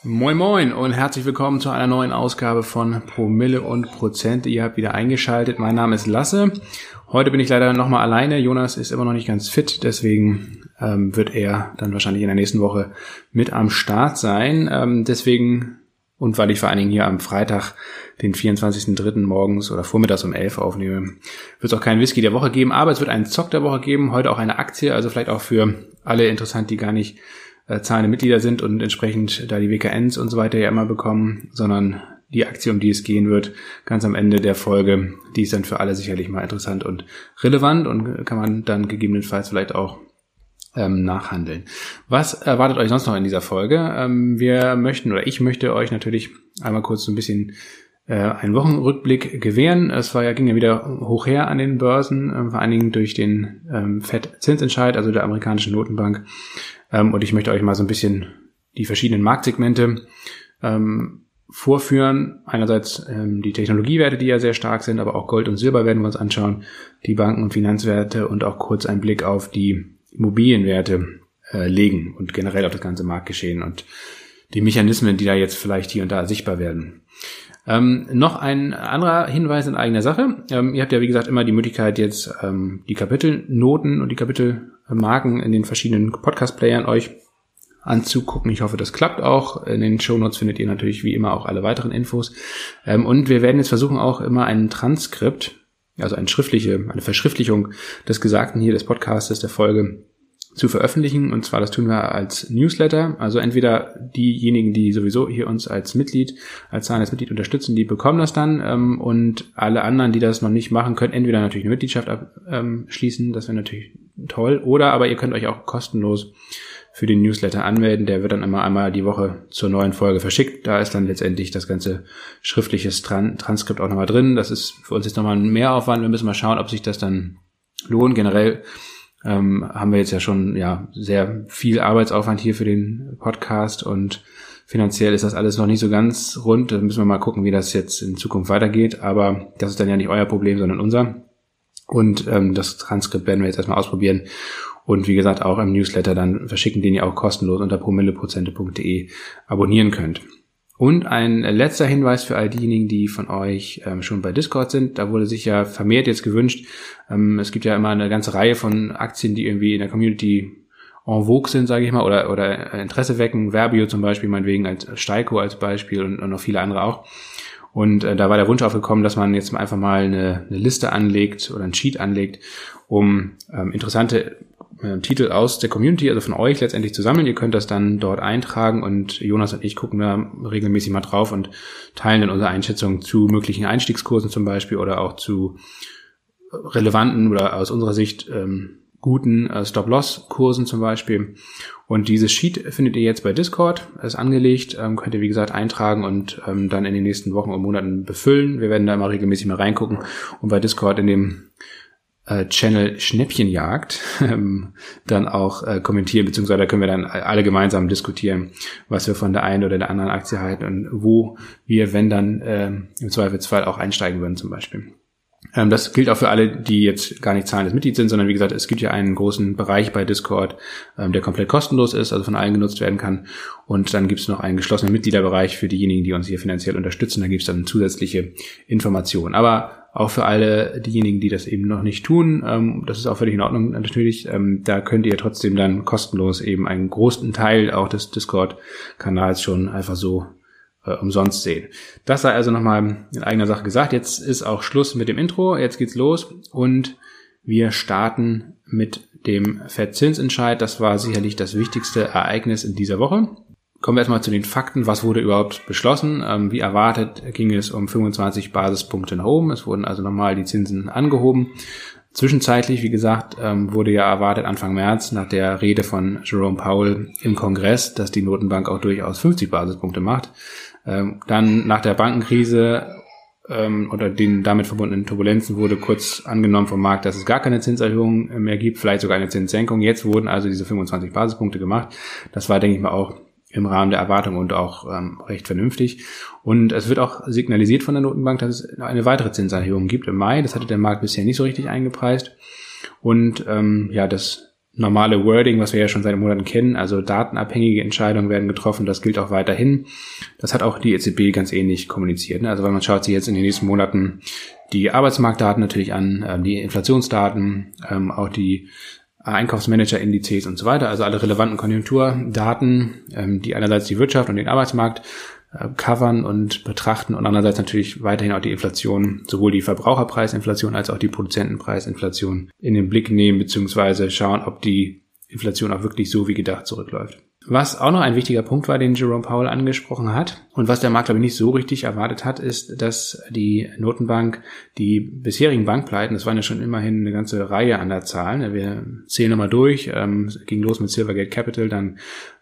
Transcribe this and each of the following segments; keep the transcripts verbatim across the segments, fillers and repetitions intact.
Moin Moin und herzlich willkommen zu einer neuen Ausgabe von Promille und Prozent. Ihr habt wieder eingeschaltet. Mein Name ist Lasse. Heute bin ich leider nochmal alleine. Jonas ist immer noch nicht ganz fit, deswegen ähm, wird er dann wahrscheinlich in der nächsten Woche mit am Start sein. Ähm, deswegen, und weil ich vor allen Dingen hier am Freitag, den vierundzwanzigsten dritten morgens oder vormittags um elf aufnehme, wird es auch keinen Whisky der Woche geben, aber es wird einen Zock der Woche geben. Heute auch eine Aktie, also vielleicht auch für alle interessant, die gar nicht zahlende Mitglieder sind und entsprechend da die W K Ns und so weiter ja immer bekommen, sondern die Aktie, um die es gehen wird, ganz am Ende der Folge, die ist dann für alle sicherlich mal interessant und relevant und kann man dann gegebenenfalls vielleicht auch ähm, nachhandeln. Was erwartet euch sonst noch in dieser Folge? Ähm, wir möchten oder ich möchte euch natürlich einmal kurz so ein bisschen äh, einen Wochenrückblick gewähren. Es war ja, ging ja wieder hoch her an den Börsen, äh, vor allen Dingen durch den ähm, Fed-Zinsentscheid, also der amerikanischen Notenbank. Ähm, und ich möchte euch mal so ein bisschen die verschiedenen Marktsegmente ähm, vorführen. Einerseits ähm, die Technologiewerte, die ja sehr stark sind, aber auch Gold und Silber werden wir uns anschauen, die Banken- und Finanzwerte und auch kurz einen Blick auf die Immobilienwerte äh, legen und generell auf das ganze Marktgeschehen und die Mechanismen, die da jetzt vielleicht hier und da sichtbar werden. Ähm, noch ein anderer Hinweis in eigener Sache. Ähm, ihr habt ja, wie gesagt, immer die Möglichkeit, jetzt ähm, die Kapitelnoten und die Kapitelmarken in den verschiedenen Podcast-Playern euch anzugucken. Ich hoffe, das klappt auch. In den Shownotes findet ihr natürlich wie immer auch alle weiteren Infos. Ähm, und wir werden jetzt versuchen, auch immer ein Transkript, also eine schriftliche, eine Verschriftlichung des Gesagten hier des Podcastes, der Folge, zu veröffentlichen, und zwar das tun wir als Newsletter, also entweder diejenigen, die sowieso hier uns als Mitglied, als zahlendes Mitglied unterstützen, die bekommen das dann, ähm, und alle anderen, die das noch nicht machen, können entweder natürlich eine Mitgliedschaft abschließen, ähm, das wäre natürlich toll, oder aber ihr könnt euch auch kostenlos für den Newsletter anmelden, der wird dann immer einmal die Woche zur neuen Folge verschickt, da ist dann letztendlich das ganze schriftliche Tran- Transkript auch nochmal drin, das ist für uns jetzt nochmal ein Mehraufwand, wir müssen mal schauen, ob sich das dann lohnt. Generell Ähm, haben wir jetzt ja schon ja sehr viel Arbeitsaufwand hier für den Podcast und finanziell ist das alles noch nicht so ganz rund. Da müssen wir mal gucken, wie das jetzt in Zukunft weitergeht, aber das ist dann ja nicht euer Problem, sondern unser. Und ähm, das Transkript werden wir jetzt erstmal ausprobieren und wie gesagt auch im Newsletter dann verschicken, den ihr auch kostenlos unter promilleprozente punkt de abonnieren könnt. Und ein letzter Hinweis für all diejenigen, die von euch ähm, schon bei Discord sind. Da wurde sich ja vermehrt jetzt gewünscht. Ähm, es gibt ja immer eine ganze Reihe von Aktien, die irgendwie in der Community en vogue sind, sage ich mal, oder oder Interesse wecken. Verbio zum Beispiel, meinetwegen als Steiko als Beispiel und, und noch viele andere auch. Und äh, da war der Wunsch aufgekommen, dass man jetzt einfach mal eine, eine Liste anlegt oder ein Sheet anlegt, um ähm, interessante Titel aus der Community, also von euch letztendlich zu sammeln. Ihr könnt das dann dort eintragen und Jonas und ich gucken da regelmäßig mal drauf und teilen dann unsere Einschätzungen zu möglichen Einstiegskursen zum Beispiel oder auch zu relevanten oder aus unserer Sicht ähm, guten äh, Stop-Loss-Kursen zum Beispiel. Und dieses Sheet findet ihr jetzt bei Discord, ist angelegt, ähm, könnt ihr wie gesagt eintragen und ähm, dann in den nächsten Wochen und Monaten befüllen. Wir werden da immer regelmäßig mal reingucken und bei Discord in dem Channel Schnäppchenjagd ähm, dann auch äh, kommentieren, beziehungsweise da können wir dann alle gemeinsam diskutieren, was wir von der einen oder der anderen Aktie halten und wo wir, wenn dann äh, im Zweifelsfall auch einsteigen würden zum Beispiel. Ähm, das gilt auch für alle, die jetzt gar nicht zahlendes Mitglied sind, sondern wie gesagt, es gibt ja einen großen Bereich bei Discord, ähm, der komplett kostenlos ist, also von allen genutzt werden kann. Und dann gibt es noch einen geschlossenen Mitgliederbereich für diejenigen, die uns hier finanziell unterstützen. Da gibt es dann zusätzliche Informationen. Aber auch für alle diejenigen, die das eben noch nicht tun, ähm, das ist auch völlig in Ordnung natürlich, ähm, da könnt ihr trotzdem dann kostenlos eben einen großen Teil auch des Discord-Kanals schon einfach so äh, umsonst sehen. Das sei also nochmal in eigener Sache gesagt. Jetzt ist auch Schluss mit dem Intro, jetzt geht's los und wir starten mit dem Fed-Zinsentscheid. Das war sicherlich das wichtigste Ereignis in dieser Woche. Kommen wir erstmal zu den Fakten. Was wurde überhaupt beschlossen? Ähm, wie erwartet ging es um fünfundzwanzig Basispunkte nach oben. Es wurden also nochmal die Zinsen angehoben. Zwischenzeitlich, wie gesagt, ähm, wurde ja erwartet Anfang März nach der Rede von Jerome Powell im Kongress, dass die Notenbank auch durchaus fünfzig Basispunkte macht. Ähm, dann nach der Bankenkrise ähm, oder den damit verbundenen Turbulenzen wurde kurz angenommen vom Markt, dass es gar keine Zinserhöhung mehr gibt, vielleicht sogar eine Zinssenkung. Jetzt wurden also diese fünfundzwanzig Basispunkte gemacht. Das war, denke ich mal, auch im Rahmen der Erwartung und auch ähm, recht vernünftig. Und es wird auch signalisiert von der Notenbank, dass es eine weitere Zinserhöhung gibt im Mai. Das hatte der Markt bisher nicht so richtig eingepreist. Und ähm, ja, das normale Wording, was wir ja schon seit Monaten kennen, also datenabhängige Entscheidungen werden getroffen, das gilt auch weiterhin. Das hat auch die E Z B ganz ähnlich kommuniziert. Also weil man schaut sich jetzt in den nächsten Monaten die Arbeitsmarktdaten natürlich an, die Inflationsdaten, auch die Einkaufsmanager-Indizes und so weiter, also alle relevanten Konjunkturdaten, die einerseits die Wirtschaft und den Arbeitsmarkt covern und betrachten und andererseits natürlich weiterhin auch die Inflation, sowohl die Verbraucherpreisinflation als auch die Produzentenpreisinflation in den Blick nehmen bzw. schauen, ob die Inflation auch wirklich so wie gedacht zurückläuft. Was auch noch ein wichtiger Punkt war, den Jerome Powell angesprochen hat und was der Markt, glaube ich, nicht so richtig erwartet hat, ist, dass die Notenbank die bisherigen Bankpleiten, das waren ja schon immerhin eine ganze Reihe an der Zahlen, wir zählen nochmal durch, ähm, ging los mit Silvergate Capital, dann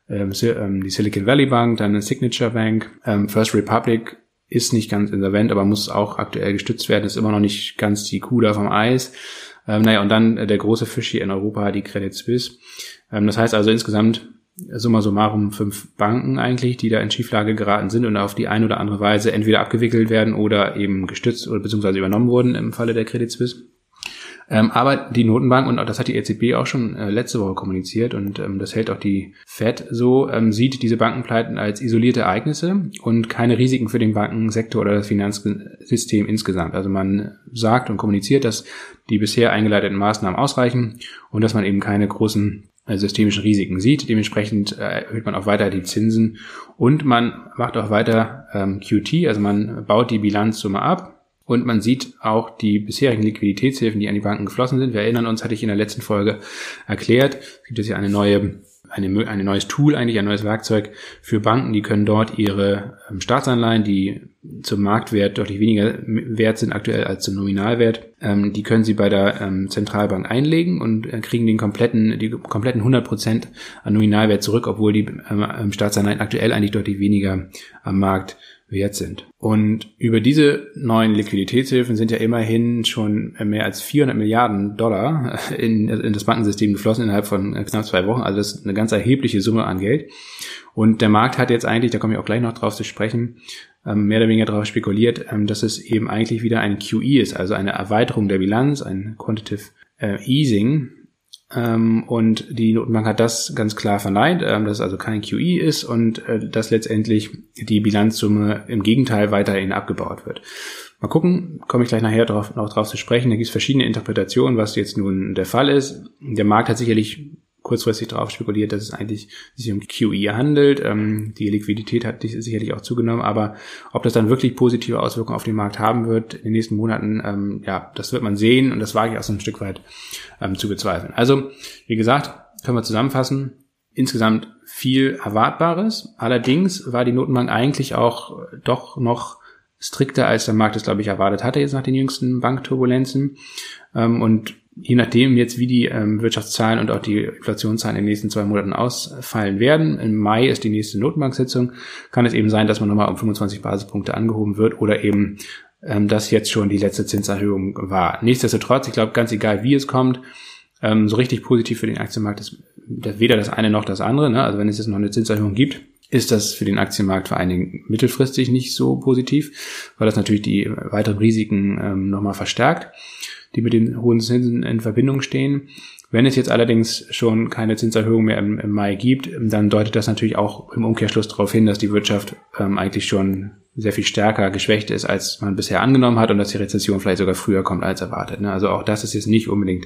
die Silicon Valley Bank, dann eine Signature Bank, First Republic ist nicht ganz insolvent, aber muss auch aktuell gestützt werden, ist immer noch nicht ganz die Kuh da vom Eis. Ähm, naja, und dann der große Fisch hier in Europa, die Credit Suisse. Ähm, das heißt also insgesamt summa summarum fünf Banken eigentlich, die da in Schieflage geraten sind und auf die eine oder andere Weise entweder abgewickelt werden oder eben gestützt oder beziehungsweise übernommen wurden im Falle der Credit Suisse. Ähm, aber die Notenbank, und das hat die E Z B auch schon äh, letzte Woche kommuniziert und ähm, das hält auch die Fed so, ähm, sieht diese Bankenpleiten als isolierte Ereignisse und keine Risiken für den Bankensektor oder das Finanzsystem insgesamt. Also man sagt und kommuniziert, dass die bisher eingeleiteten Maßnahmen ausreichen und dass man eben keine großen äh, systemischen Risiken sieht. Dementsprechend äh, erhöht man auch weiter die Zinsen und man macht auch weiter ähm, Q T, also man baut die Bilanzsumme ab. Und man sieht auch die bisherigen Liquiditätshilfen, die an die Banken geflossen sind. Wir erinnern uns, hatte ich in der letzten Folge erklärt, es gibt jetzt hier eine neue, eine, ein neues Tool, eigentlich ein neues Werkzeug für Banken. Die können dort ihre ähm, Staatsanleihen, die zum Marktwert deutlich weniger wert sind aktuell als zum Nominalwert, ähm, die können sie bei der ähm, Zentralbank einlegen und äh, kriegen den kompletten, die kompletten hundert Prozent an Nominalwert zurück, obwohl die ähm, Staatsanleihen aktuell eigentlich deutlich weniger am Markt wert sind. Und über diese neuen Liquiditätshilfen sind ja immerhin schon mehr als vierhundert Milliarden Dollar in, in das Bankensystem geflossen innerhalb von knapp zwei Wochen. Also das ist eine ganz erhebliche Summe an Geld. Und der Markt hat jetzt eigentlich, da komme ich auch gleich noch drauf zu sprechen, mehr oder weniger darauf spekuliert, dass es eben eigentlich wieder ein Q E ist, also eine Erweiterung der Bilanz, ein Quantitative Easing. Ähm, und die Notenbank hat das ganz klar verneint, ähm, dass es also kein Q E ist und äh, dass letztendlich die Bilanzsumme im Gegenteil weiterhin abgebaut wird. Mal gucken, komme ich gleich nachher drauf, noch drauf zu sprechen. Da gibt es verschiedene Interpretationen, was jetzt nun der Fall ist. Der Markt hat sicherlich kurzfristig darauf spekuliert, dass es eigentlich sich um Q E handelt. Ähm, die Liquidität hat sicherlich auch zugenommen, aber ob das dann wirklich positive Auswirkungen auf den Markt haben wird in den nächsten Monaten, ähm, ja, das wird man sehen und das wage ich auch so ein Stück weit ähm, zu bezweifeln. Also, wie gesagt, können wir zusammenfassen. Insgesamt viel Erwartbares. Allerdings war die Notenbank eigentlich auch doch noch strikter, als der Markt es, glaube ich, erwartet hatte jetzt nach den jüngsten Bankturbulenzen. Ähm, und je nachdem jetzt, wie die ähm, Wirtschaftszahlen und auch die Inflationszahlen in den nächsten zwei Monaten ausfallen werden, im Mai ist die nächste Notenbanksitzung, kann es eben sein, dass man nochmal um fünfundzwanzig Basispunkte angehoben wird oder eben, ähm, dass jetzt schon die letzte Zinserhöhung war. Nichtsdestotrotz, ich glaube, ganz egal, wie es kommt, ähm, so richtig positiv für den Aktienmarkt ist weder das eine noch das andere. Ne? Also wenn es jetzt noch eine Zinserhöhung gibt, ist das für den Aktienmarkt vor allen Dingen mittelfristig nicht so positiv, weil das natürlich die weiteren Risiken ähm, nochmal verstärkt, die mit den hohen Zinsen in Verbindung stehen. Wenn es jetzt allerdings schon keine Zinserhöhung mehr im, im Mai gibt, dann deutet das natürlich auch im Umkehrschluss darauf hin, dass die Wirtschaft ähm, eigentlich schon sehr viel stärker geschwächt ist, als man bisher angenommen hat und dass die Rezession vielleicht sogar früher kommt als erwartet. Ne? Also auch das ist jetzt nicht unbedingt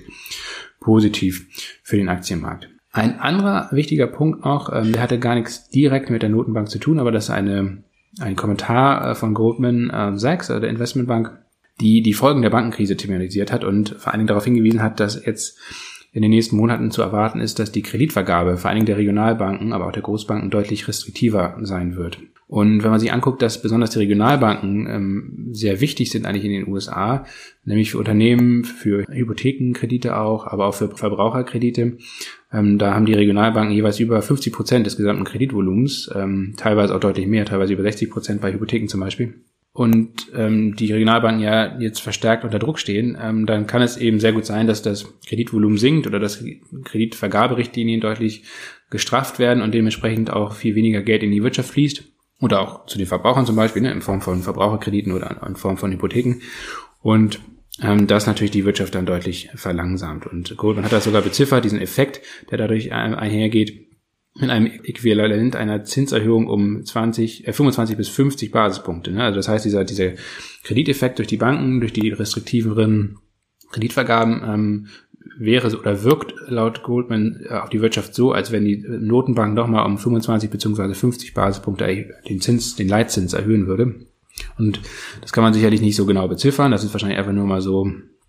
positiv für den Aktienmarkt. Ein anderer wichtiger Punkt noch, ähm, der hatte gar nichts direkt mit der Notenbank zu tun, aber das ist eine, ein Kommentar äh, von Goldman äh, Sachs, äh, der Investmentbank, die die Folgen der Bankenkrise thematisiert hat und vor allen Dingen darauf hingewiesen hat, dass jetzt in den nächsten Monaten zu erwarten ist, dass die Kreditvergabe vor allen Dingen der Regionalbanken, aber auch der Großbanken deutlich restriktiver sein wird. Und wenn man sich anguckt, dass besonders die Regionalbanken ähm, sehr wichtig sind eigentlich in den U S A, nämlich für Unternehmen, für Hypothekenkredite auch, aber auch für Verbraucherkredite, ähm, da haben die Regionalbanken jeweils über fünfzig Prozent des gesamten Kreditvolumens, ähm, teilweise auch deutlich mehr, teilweise über sechzig Prozent bei Hypotheken zum Beispiel. Und ähm, die Regionalbanken ja jetzt verstärkt unter Druck stehen, ähm, dann kann es eben sehr gut sein, dass das Kreditvolumen sinkt oder dass Kreditvergaberichtlinien deutlich gestrafft werden und dementsprechend auch viel weniger Geld in die Wirtschaft fließt oder auch zu den Verbrauchern zum Beispiel, ne, in Form von Verbraucherkrediten oder in Form von Hypotheken. Und ähm, das natürlich die Wirtschaft dann deutlich verlangsamt. Und Goldman hat das sogar beziffert, diesen Effekt, der dadurch einhergeht, mit einem Äquivalent einer Zinserhöhung um zwanzig, äh, fünfundzwanzig bis fünfzig Basispunkte. Ne? Also das heißt, dieser, dieser Krediteffekt durch die Banken, durch die restriktiveren Kreditvergaben ähm, wäre oder wirkt laut Goldman auf die Wirtschaft so, als wenn die Notenbank nochmal um fünfundzwanzig bzw. fünfzig Basispunkte den Zins, den Leitzins erhöhen würde. Und das kann man sicherlich nicht so genau beziffern. Das ist wahrscheinlich einfach nur mal so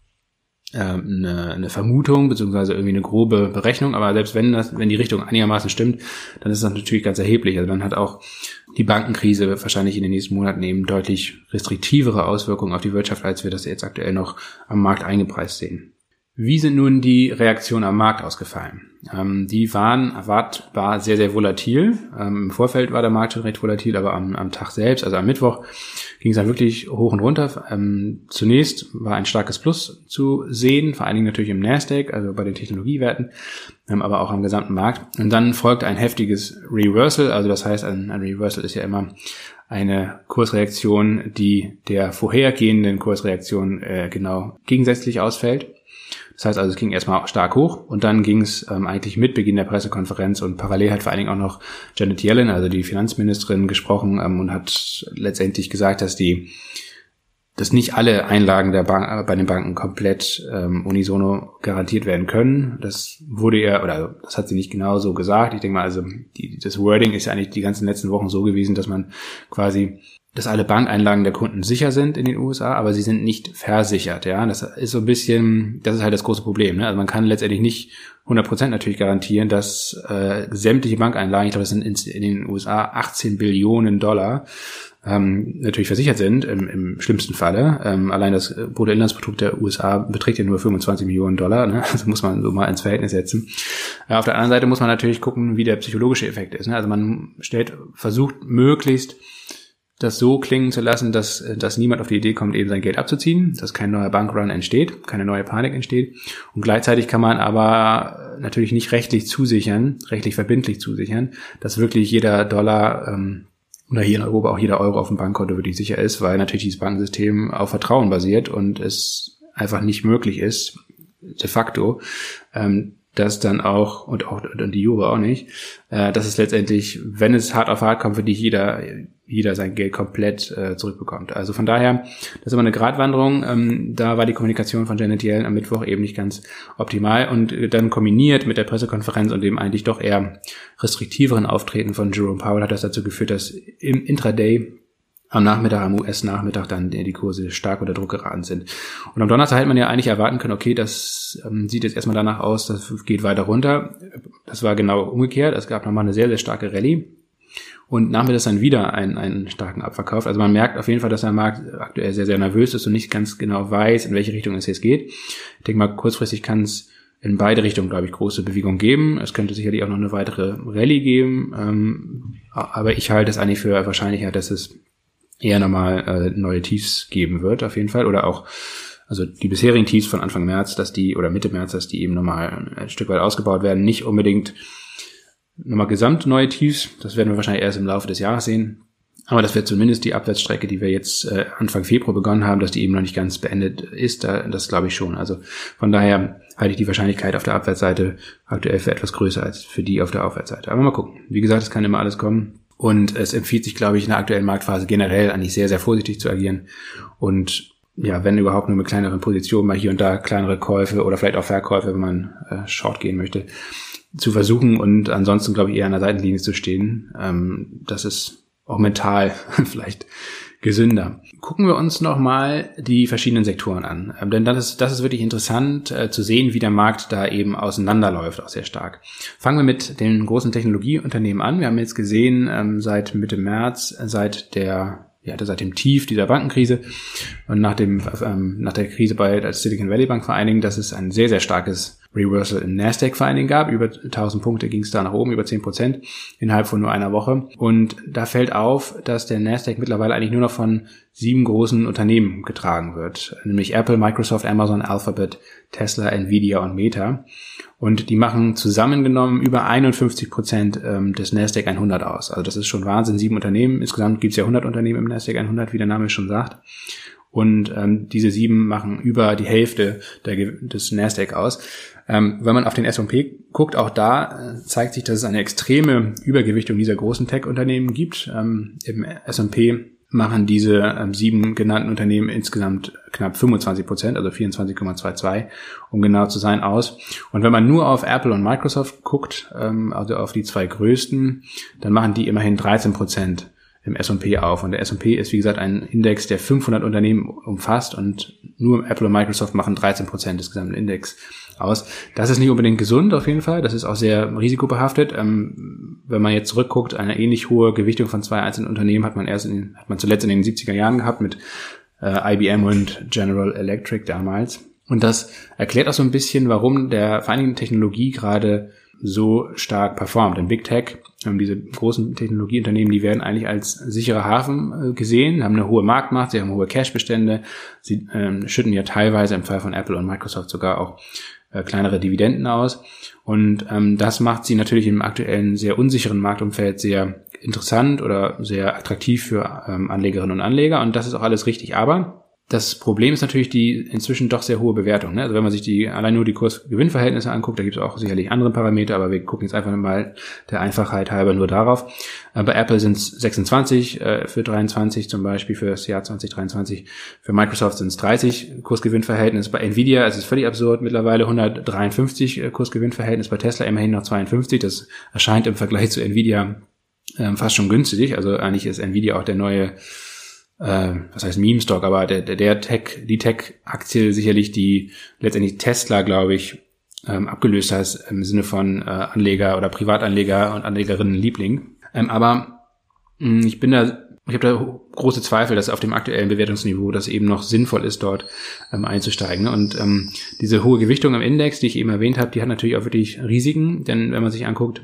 Eine, eine Vermutung beziehungsweise irgendwie eine grobe Berechnung, aber selbst wenn das, wenn die Richtung einigermaßen stimmt, dann ist das natürlich ganz erheblich. Also dann hat auch die Bankenkrise wahrscheinlich in den nächsten Monaten eben deutlich restriktivere Auswirkungen auf die Wirtschaft, als wir das jetzt aktuell noch am Markt eingepreist sehen. Wie sind nun die Reaktionen am Markt ausgefallen? Ähm, die waren erwartbar sehr, sehr volatil. Ähm, im Vorfeld war der Markt schon recht volatil, aber am, am Tag selbst, also am Mittwoch, ging es dann wirklich hoch und runter. Ähm, zunächst war ein starkes Plus zu sehen, vor allen Dingen natürlich im Nasdaq, also bei den Technologiewerten, ähm, aber auch am gesamten Markt. Und dann folgte ein heftiges Reversal, also das heißt, ein, ein Reversal ist ja immer eine Kursreaktion, die der vorhergehenden Kursreaktion äh, genau gegensätzlich ausfällt. Das heißt also, es ging erstmal stark hoch und dann ging es ähm, eigentlich mit Beginn der Pressekonferenz und parallel hat vor allen Dingen auch noch Janet Yellen, also die Finanzministerin, gesprochen ähm, und hat letztendlich gesagt, dass die, dass nicht alle Einlagen der Bank, bei den Banken komplett ähm, unisono garantiert werden können. Das wurde ja, oder das hat sie nicht genau so gesagt. Ich denke mal, also die, das Wording ist ja eigentlich die ganzen letzten Wochen so gewesen, dass man quasi dass alle Bankeinlagen der Kunden sicher sind in den U S A, aber sie sind nicht versichert, ja. Das ist so ein bisschen, das ist halt das große Problem, ne? Also man kann letztendlich nicht hundert Prozent natürlich garantieren, dass äh, sämtliche Bankeinlagen, ich glaube, das sind in, in den U S A achtzehn Billionen Dollar, ähm, natürlich versichert sind, im, im schlimmsten Falle. Ähm, allein das Bruttoinlandsprodukt der U S A beträgt ja nur fünfundzwanzig Millionen Dollar, ne? Also muss man so mal ins Verhältnis setzen. Äh, auf der anderen Seite muss man natürlich gucken, wie der psychologische Effekt ist, ne? Also man stellt, versucht möglichst das so klingen zu lassen, dass, dass niemand auf die Idee kommt, eben sein Geld abzuziehen, dass kein neuer Bankrun entsteht, keine neue Panik entsteht. Und gleichzeitig kann man aber natürlich nicht rechtlich zusichern, rechtlich verbindlich zusichern, dass wirklich jeder Dollar ähm, oder hier in Europa auch jeder Euro auf dem Bankkonto wirklich sicher ist, weil natürlich dieses Bankensystem auf Vertrauen basiert und es einfach nicht möglich ist, de facto, ähm, dass dann auch, und auch und die Jure auch nicht, äh, dass es letztendlich, wenn es hart auf hart kommt, für dich jeder jeder sein Geld komplett äh, zurückbekommt. Also von daher, das ist immer eine Gratwanderung. Ähm, da war die Kommunikation von Janet Yellen am Mittwoch eben nicht ganz optimal und äh, dann kombiniert mit der Pressekonferenz und dem eigentlich doch eher restriktiveren Auftreten von Jerome Powell hat das dazu geführt, dass im Intraday am Nachmittag, am U S-Nachmittag dann die Kurse stark unter Druck geraten sind. Und am Donnerstag hätte man ja eigentlich erwarten können, okay, das ähm, sieht jetzt erstmal danach aus, das geht weiter runter. Das war genau umgekehrt. Es gab nochmal eine sehr, sehr starke Rallye. Und nachmittags dann wieder einen, einen starken Abverkauf. Also man merkt auf jeden Fall, dass der Markt aktuell sehr, sehr nervös ist und nicht ganz genau weiß, in welche Richtung es jetzt geht. Ich denke mal, kurzfristig kann es in beide Richtungen, glaube ich, große Bewegung geben. Es könnte sicherlich auch noch eine weitere Rallye geben. Ähm, aber ich halte es eigentlich für wahrscheinlicher, dass es eher nochmal äh, neue Tiefs geben wird, auf jeden Fall. Oder auch, also die bisherigen Tiefs von Anfang März, dass die, oder Mitte März, dass die eben nochmal ein Stück weit ausgebaut werden. Nicht unbedingt nochmal gesamt neue Tiefs, das werden wir wahrscheinlich erst im Laufe des Jahres sehen. Aber das wird zumindest die Abwärtsstrecke, die wir jetzt äh, Anfang Februar begonnen haben, dass die eben noch nicht ganz beendet ist, da, das glaube ich schon. Also von daher halte ich die Wahrscheinlichkeit auf der Abwärtsseite aktuell für etwas größer als für die auf der Aufwärtsseite. Aber mal gucken. Wie gesagt, es kann immer alles kommen. Und es empfiehlt sich, glaube ich, in der aktuellen Marktphase generell eigentlich sehr, sehr vorsichtig zu agieren. Und ja, wenn überhaupt nur mit kleineren Positionen, mal hier und da kleinere Käufe oder vielleicht auch Verkäufe, wenn man äh, Short gehen möchte, zu versuchen und ansonsten, glaube ich, eher an der Seitenlinie zu stehen. Ähm, das ist auch mental vielleicht gesünder. Gucken wir uns nochmal die verschiedenen Sektoren an. Ähm, denn das ist, das ist wirklich interessant äh, zu sehen, wie der Markt da eben auseinanderläuft, auch sehr stark. Fangen wir mit den großen Technologieunternehmen an. Wir haben jetzt gesehen, ähm, seit Mitte März, seit der ja, seit dem Tief dieser Bankenkrise und nach dem ähm, nach der Krise bei der Silicon Valley Bank vor allen Dingen, dass es ein sehr, sehr starkes Reversal in Nasdaq vor allen Dingen gab. Über tausend Punkte ging es da nach oben, über zehn Prozent innerhalb von nur einer Woche. Und da fällt auf, dass der Nasdaq mittlerweile eigentlich nur noch von sieben großen Unternehmen getragen wird. Nämlich Apple, Microsoft, Amazon, Alphabet, Tesla, Nvidia und Meta. Und die machen zusammengenommen über einundfünfzig Prozent des Nasdaq hundert aus. Also das ist schon Wahnsinn, sieben Unternehmen. Insgesamt gibt es ja hundert Unternehmen im Nasdaq hundert, wie der Name schon sagt. Und ähm, diese sieben machen über die Hälfte der, des Nasdaq aus. Ähm, wenn man auf den S und P guckt, auch da äh, zeigt sich, dass es eine extreme Übergewichtung dieser großen Tech-Unternehmen gibt. Ähm, im S und P machen diese ähm, sieben genannten Unternehmen insgesamt knapp fünfundzwanzig Prozent, also vierundzwanzig Komma zweiundzwanzig, um genau zu sein, aus. Und wenn man nur auf Apple und Microsoft guckt, ähm, also auf die zwei größten, dann machen die immerhin dreizehn Prozent im S und P auf. Und der S und P ist, wie gesagt, ein Index, der fünfhundert Unternehmen umfasst und nur Apple und Microsoft machen dreizehn Prozent des gesamten Index aus. Das ist nicht unbedingt gesund auf jeden Fall. Das ist auch sehr risikobehaftet. Ähm, wenn man jetzt zurückguckt, eine ähnlich hohe Gewichtung von zwei einzelnen Unternehmen hat man erst in, hat man zuletzt in den siebziger Jahren gehabt mit äh, I B M und General Electric damals. Und das erklärt auch so ein bisschen, warum der Vereinigten Technologie gerade so stark performt. In Big Tech, ähm, diese großen Technologieunternehmen, die werden eigentlich als sicherer Hafen äh, gesehen, haben eine hohe Marktmacht, sie haben hohe Cashbestände, sie ähm, schütten ja teilweise im Fall von Apple und Microsoft sogar auch äh, kleinere Dividenden aus. Und ähm, das macht sie natürlich im aktuellen sehr unsicheren Marktumfeld sehr interessant oder sehr attraktiv für ähm, Anlegerinnen und Anleger. Und das ist auch alles richtig. Aber das Problem ist natürlich die inzwischen doch sehr hohe Bewertung. Ne? Also wenn man sich die allein nur die Kurs-Gewinn-Verhältnisse anguckt, da gibt es auch sicherlich andere Parameter, aber wir gucken jetzt einfach mal der Einfachheit halber nur darauf. Bei Apple sind es sechsundzwanzig äh, für dreiundzwanzig zum Beispiel, für das Jahr zwanzig dreiundzwanzig. Für Microsoft sind es dreißig Kurs-Gewinn-Verhältnis. Bei Nvidia ist es völlig absurd, mittlerweile hundertdreiundfünfzig äh, Kurs-Gewinn-Verhältnis. Bei Tesla immerhin noch zweiundfünfzig. Das erscheint im Vergleich zu Nvidia äh, fast schon günstig. Also eigentlich ist Nvidia auch der neue äh, was heißt Meme-Stock, aber der, der, der Tech, die Tech-Aktie sicherlich, die letztendlich Tesla, glaube ich, ähm, abgelöst hat im Sinne von äh, Anleger oder Privatanleger und Anlegerinnen Liebling. Ähm, aber mh, ich bin da, ich habe da große Zweifel, dass auf dem aktuellen Bewertungsniveau das eben noch sinnvoll ist, dort ähm, einzusteigen. Und ähm, diese hohe Gewichtung im Index, die ich eben erwähnt habe, die hat natürlich auch wirklich Risiken, denn wenn man sich anguckt,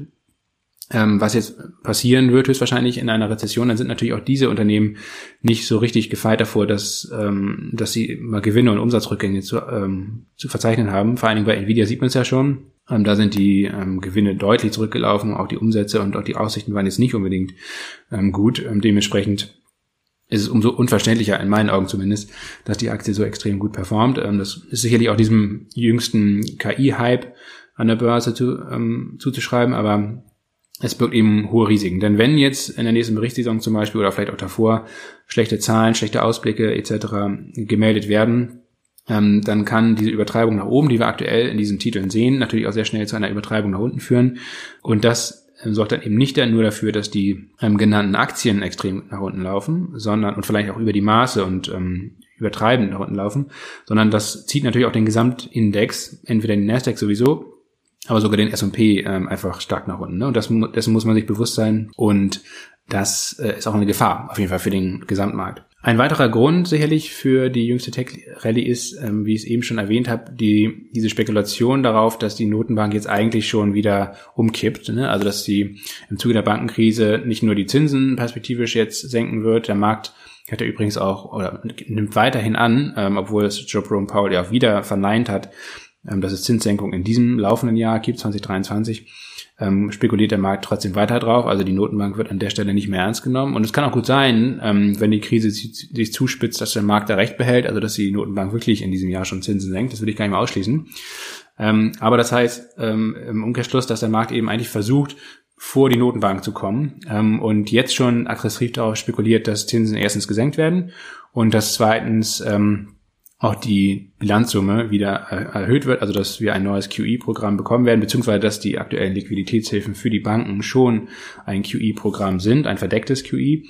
Ähm, was jetzt passieren wird, höchstwahrscheinlich in einer Rezession, dann sind natürlich auch diese Unternehmen nicht so richtig gefeit davor, dass ähm, dass sie mal Gewinne und Umsatzrückgänge zu, ähm, zu verzeichnen haben. Vor allen Dingen bei Nvidia sieht man es ja schon. Ähm, da sind die ähm, Gewinne deutlich zurückgelaufen, auch die Umsätze und auch die Aussichten waren jetzt nicht unbedingt ähm, gut. Ähm, dementsprechend ist es umso unverständlicher, in meinen Augen zumindest, dass die Aktie so extrem gut performt. Ähm, das ist sicherlich auch diesem jüngsten K I-Hype an der Börse zu, ähm, zuzuschreiben, aber es birgt eben hohe Risiken. Denn wenn jetzt in der nächsten Berichtssaison zum Beispiel oder vielleicht auch davor schlechte Zahlen, schlechte Ausblicke et cetera gemeldet werden, ähm, dann kann diese Übertreibung nach oben, die wir aktuell in diesen Titeln sehen, natürlich auch sehr schnell zu einer Übertreibung nach unten führen. Und das ähm, sorgt dann eben nicht nur dafür, dass die ähm, genannten Aktien extrem nach unten laufen, sondern und vielleicht auch über die Maße und ähm, übertreibend nach unten laufen, sondern das zieht natürlich auch den Gesamtindex, entweder den Nasdaq sowieso, aber sogar den S und P ähm, einfach stark nach unten. Ne? Und das, dessen muss man sich bewusst sein. Und das äh, ist auch eine Gefahr, auf jeden Fall für den Gesamtmarkt. Ein weiterer Grund sicherlich für die jüngste Tech-Rallye ist, ähm, wie ich es eben schon erwähnt habe, die diese Spekulation darauf, dass die Notenbank jetzt eigentlich schon wieder umkippt. Ne? Also dass sie im Zuge der Bankenkrise nicht nur die Zinsen perspektivisch jetzt senken wird. Der Markt hat ja übrigens auch, oder nimmt weiterhin an, ähm, obwohl es Jerome Powell ja auch wieder verneint hat, dass es Zinssenkungen in diesem laufenden Jahr gibt, zwanzig dreiundzwanzig, ähm, spekuliert der Markt trotzdem weiter drauf. Also die Notenbank wird an der Stelle nicht mehr ernst genommen. Und es kann auch gut sein, ähm, wenn die Krise sich, sich zuspitzt, dass der Markt da recht behält, also dass die Notenbank wirklich in diesem Jahr schon Zinsen senkt. Das würde ich gar nicht mehr ausschließen. Ähm, aber das heißt ähm, im Umkehrschluss, dass der Markt eben eigentlich versucht, vor die Notenbank zu kommen ähm, und jetzt schon aggressiv darauf spekuliert, dass Zinsen erstens gesenkt werden und dass zweitens ähm, auch die Bilanzsumme wieder erhöht wird, also dass wir ein neues Q E-Programm bekommen werden, beziehungsweise dass die aktuellen Liquiditätshilfen für die Banken schon ein Q E-Programm sind, ein verdecktes Q E,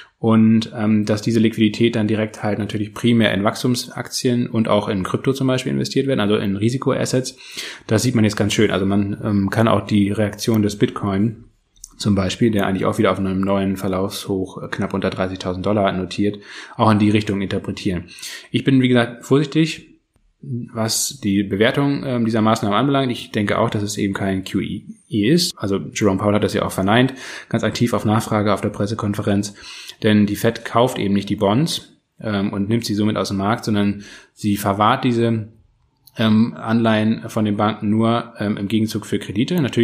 und ähm, dass diese Liquidität dann direkt halt natürlich primär in Wachstumsaktien und auch in Krypto zum Beispiel investiert werden, also in Risikoassets. Das sieht man jetzt ganz schön. Also man ähm, kann auch die Reaktion des Bitcoin zum Beispiel, der eigentlich auch wieder auf einem neuen Verlaufshoch knapp unter dreißigtausend Dollar notiert, auch in die Richtung interpretieren. Ich bin, wie gesagt, vorsichtig, was die Bewertung äh, dieser Maßnahmen anbelangt. Ich denke auch, dass es eben kein Q E ist. Also Jerome Powell hat das ja auch verneint, ganz aktiv auf Nachfrage auf der Pressekonferenz. Denn die Fed kauft eben nicht die Bonds ähm, und nimmt sie somit aus dem Markt, sondern sie verwahrt diese ähm, Anleihen von den Banken nur ähm, im Gegenzug für Kredite. Natürlich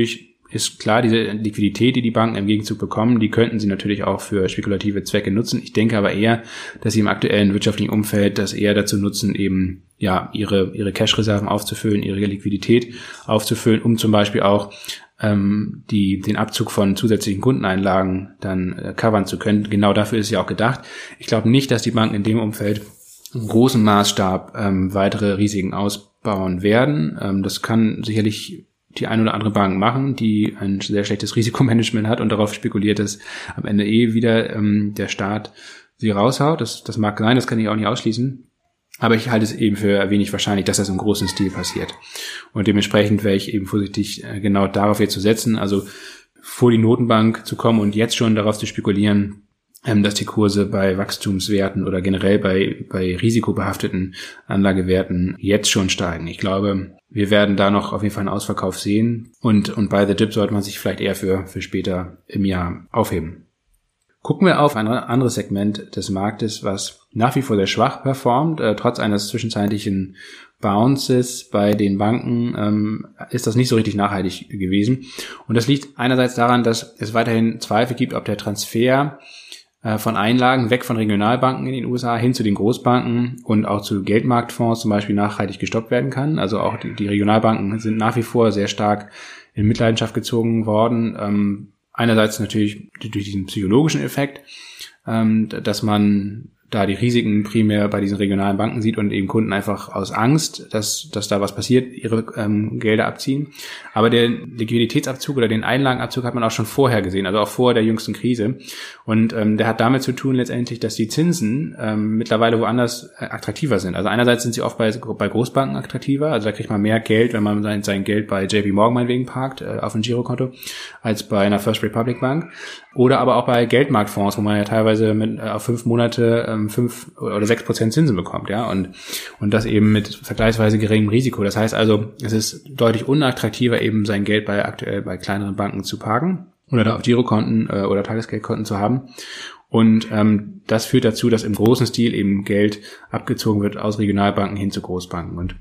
ist klar, diese Liquidität, die die Banken im Gegenzug bekommen, die könnten sie natürlich auch für spekulative Zwecke nutzen. Ich denke aber eher, dass sie im aktuellen wirtschaftlichen Umfeld das eher dazu nutzen, eben ja ihre ihre Cash-Reserven aufzufüllen, ihre Liquidität aufzufüllen, um zum Beispiel auch ähm, die den Abzug von zusätzlichen Kundeneinlagen dann äh, covern zu können. Genau dafür ist es ja auch gedacht. Ich glaube nicht, dass die Banken in dem Umfeld im großen Maßstab ähm, weitere Risiken ausbauen werden. Ähm, das kann sicherlich die ein oder andere Bank machen, die ein sehr schlechtes Risikomanagement hat und darauf spekuliert, dass am Ende eh wieder ähm, der Staat sie raushaut. Das, das mag sein, das kann ich auch nicht ausschließen. Aber ich halte es eben für wenig wahrscheinlich, dass das im großen Stil passiert. Und dementsprechend wäre ich eben vorsichtig, äh, genau darauf jetzt zu setzen, also vor die Notenbank zu kommen und jetzt schon darauf zu spekulieren, dass die Kurse bei Wachstumswerten oder generell bei bei risikobehafteten Anlagewerten jetzt schon steigen. Ich glaube, wir werden da noch auf jeden Fall einen Ausverkauf sehen und und bei The Dip sollte man sich vielleicht eher für für später im Jahr aufheben. Gucken wir auf ein anderes Segment des Marktes, was nach wie vor sehr schwach performt, äh, trotz eines zwischenzeitlichen Bounces bei den Banken ähm, ist das nicht so richtig nachhaltig gewesen. Und das liegt einerseits daran, dass es weiterhin Zweifel gibt, ob der Transfer von Einlagen weg von Regionalbanken in den U S A hin zu den Großbanken und auch zu Geldmarktfonds zum Beispiel nachhaltig gestoppt werden kann. Also auch die, die Regionalbanken sind nach wie vor sehr stark in Mitleidenschaft gezogen worden. Ähm, einerseits natürlich durch diesen psychologischen Effekt, ähm, dass man da die Risiken primär bei diesen regionalen Banken sieht und eben Kunden einfach aus Angst, dass dass da was passiert, ihre ähm, Gelder abziehen. Aber der Liquiditätsabzug oder den Einlagenabzug hat man auch schon vorher gesehen, also auch vor der jüngsten Krise. Und ähm, der hat damit zu tun letztendlich, dass die Zinsen ähm, mittlerweile woanders äh, attraktiver sind. Also einerseits sind sie oft bei bei Großbanken attraktiver, also da kriegt man mehr Geld, wenn man sein, sein Geld bei J P Morgan meinetwegen parkt, äh, auf ein Girokonto, als bei einer First Republic Bank. Oder aber auch bei Geldmarktfonds, wo man ja teilweise mit äh, auf fünf Monate ähm, fünf oder sechs Prozent Zinsen bekommt, ja, und und das eben mit vergleichsweise geringem Risiko. Das heißt also, es ist deutlich unattraktiver, eben sein Geld bei aktuell bei kleineren Banken zu parken oder da auf Girokonten äh, oder Tagesgeldkonten zu haben. Und ähm, das führt dazu, dass im großen Stil eben Geld abgezogen wird aus Regionalbanken hin zu Großbanken. Und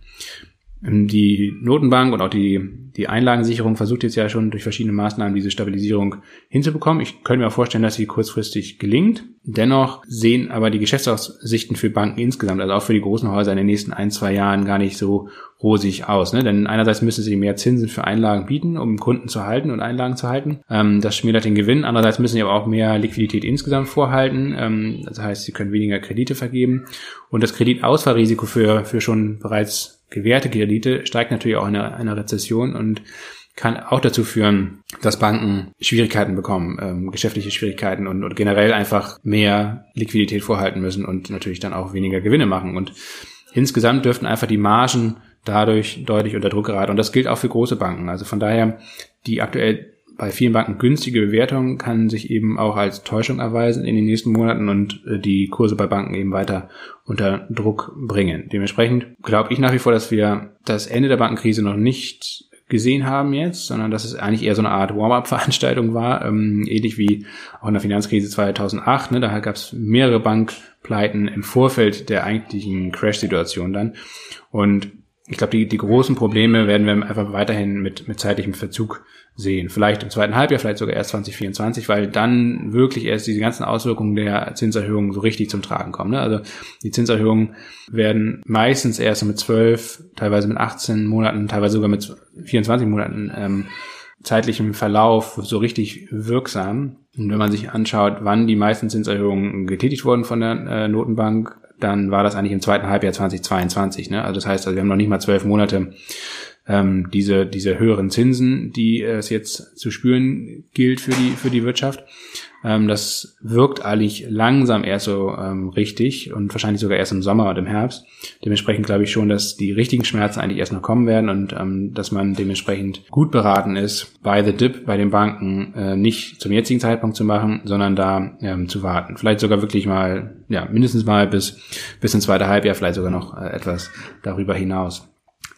die Notenbank und auch die die Einlagensicherung versucht jetzt ja schon durch verschiedene Maßnahmen diese Stabilisierung hinzubekommen. Ich könnte mir auch vorstellen, dass sie kurzfristig gelingt. Dennoch sehen aber die Geschäftsaussichten für Banken insgesamt, also auch für die großen Häuser in den nächsten ein, zwei Jahren gar nicht so rosig aus. Ne? Denn einerseits müssen sie mehr Zinsen für Einlagen bieten, um Kunden zu halten und Einlagen zu halten. Ähm, das schmälert den Gewinn. Andererseits müssen sie aber auch mehr Liquidität insgesamt vorhalten. Ähm, das heißt, sie können weniger Kredite vergeben. Und das Kreditausfallrisiko für für schon bereits gewährte Kredite steigt natürlich auch in einer, einer Rezession und kann auch dazu führen, dass Banken Schwierigkeiten bekommen, ähm, geschäftliche Schwierigkeiten und, und generell einfach mehr Liquidität vorhalten müssen und natürlich dann auch weniger Gewinne machen. Und insgesamt dürften einfach die Margen dadurch deutlich unter Druck geraten. Und das gilt auch für große Banken. Also von daher, die aktuell bei vielen Banken günstige Bewertung kann sich eben auch als Täuschung erweisen in den nächsten Monaten und die Kurse bei Banken eben weiter unter Druck bringen. Dementsprechend glaube ich nach wie vor, dass wir das Ende der Bankenkrise noch nicht gesehen haben jetzt, sondern dass es eigentlich eher so eine Art Warm-up-Veranstaltung war, ähm, ähnlich wie auch in der Finanzkrise zweitausendacht. Ne, da gab es mehrere Bankpleiten im Vorfeld der eigentlichen Crash-Situation dann. Und ich glaube, die, die großen Probleme werden wir einfach weiterhin mit, mit zeitlichem Verzug sehen. Vielleicht im zweiten Halbjahr, vielleicht sogar erst zwanzig vierundzwanzig, weil dann wirklich erst diese ganzen Auswirkungen der Zinserhöhungen so richtig zum Tragen kommen. Ne? Also die Zinserhöhungen werden meistens erst mit zwölf, teilweise mit achtzehn Monaten, teilweise sogar mit vierundzwanzig Monaten ähm, zeitlichem Verlauf so richtig wirksam. Und wenn man sich anschaut, wann die meisten Zinserhöhungen getätigt wurden von der äh, Notenbank, dann war das eigentlich im zweiten Halbjahr zweitausendzweiundzwanzig. Ne? Also das heißt, also wir haben noch nicht mal zwölf Monate ähm, diese diese höheren Zinsen, die es jetzt zu spüren gilt für die für die Wirtschaft. Ähm, das wirkt eigentlich langsam erst so ähm, richtig und wahrscheinlich sogar erst im Sommer und im Herbst. Dementsprechend glaube ich schon, dass die richtigen Schmerzen eigentlich erst noch kommen werden und ähm, dass man dementsprechend gut beraten ist, bei The Dip, bei den Banken äh, nicht zum jetzigen Zeitpunkt zu machen, sondern da ähm, zu warten. Vielleicht sogar wirklich mal, ja, mindestens mal bis bis ins zweite Halbjahr, vielleicht sogar noch äh, etwas darüber hinaus.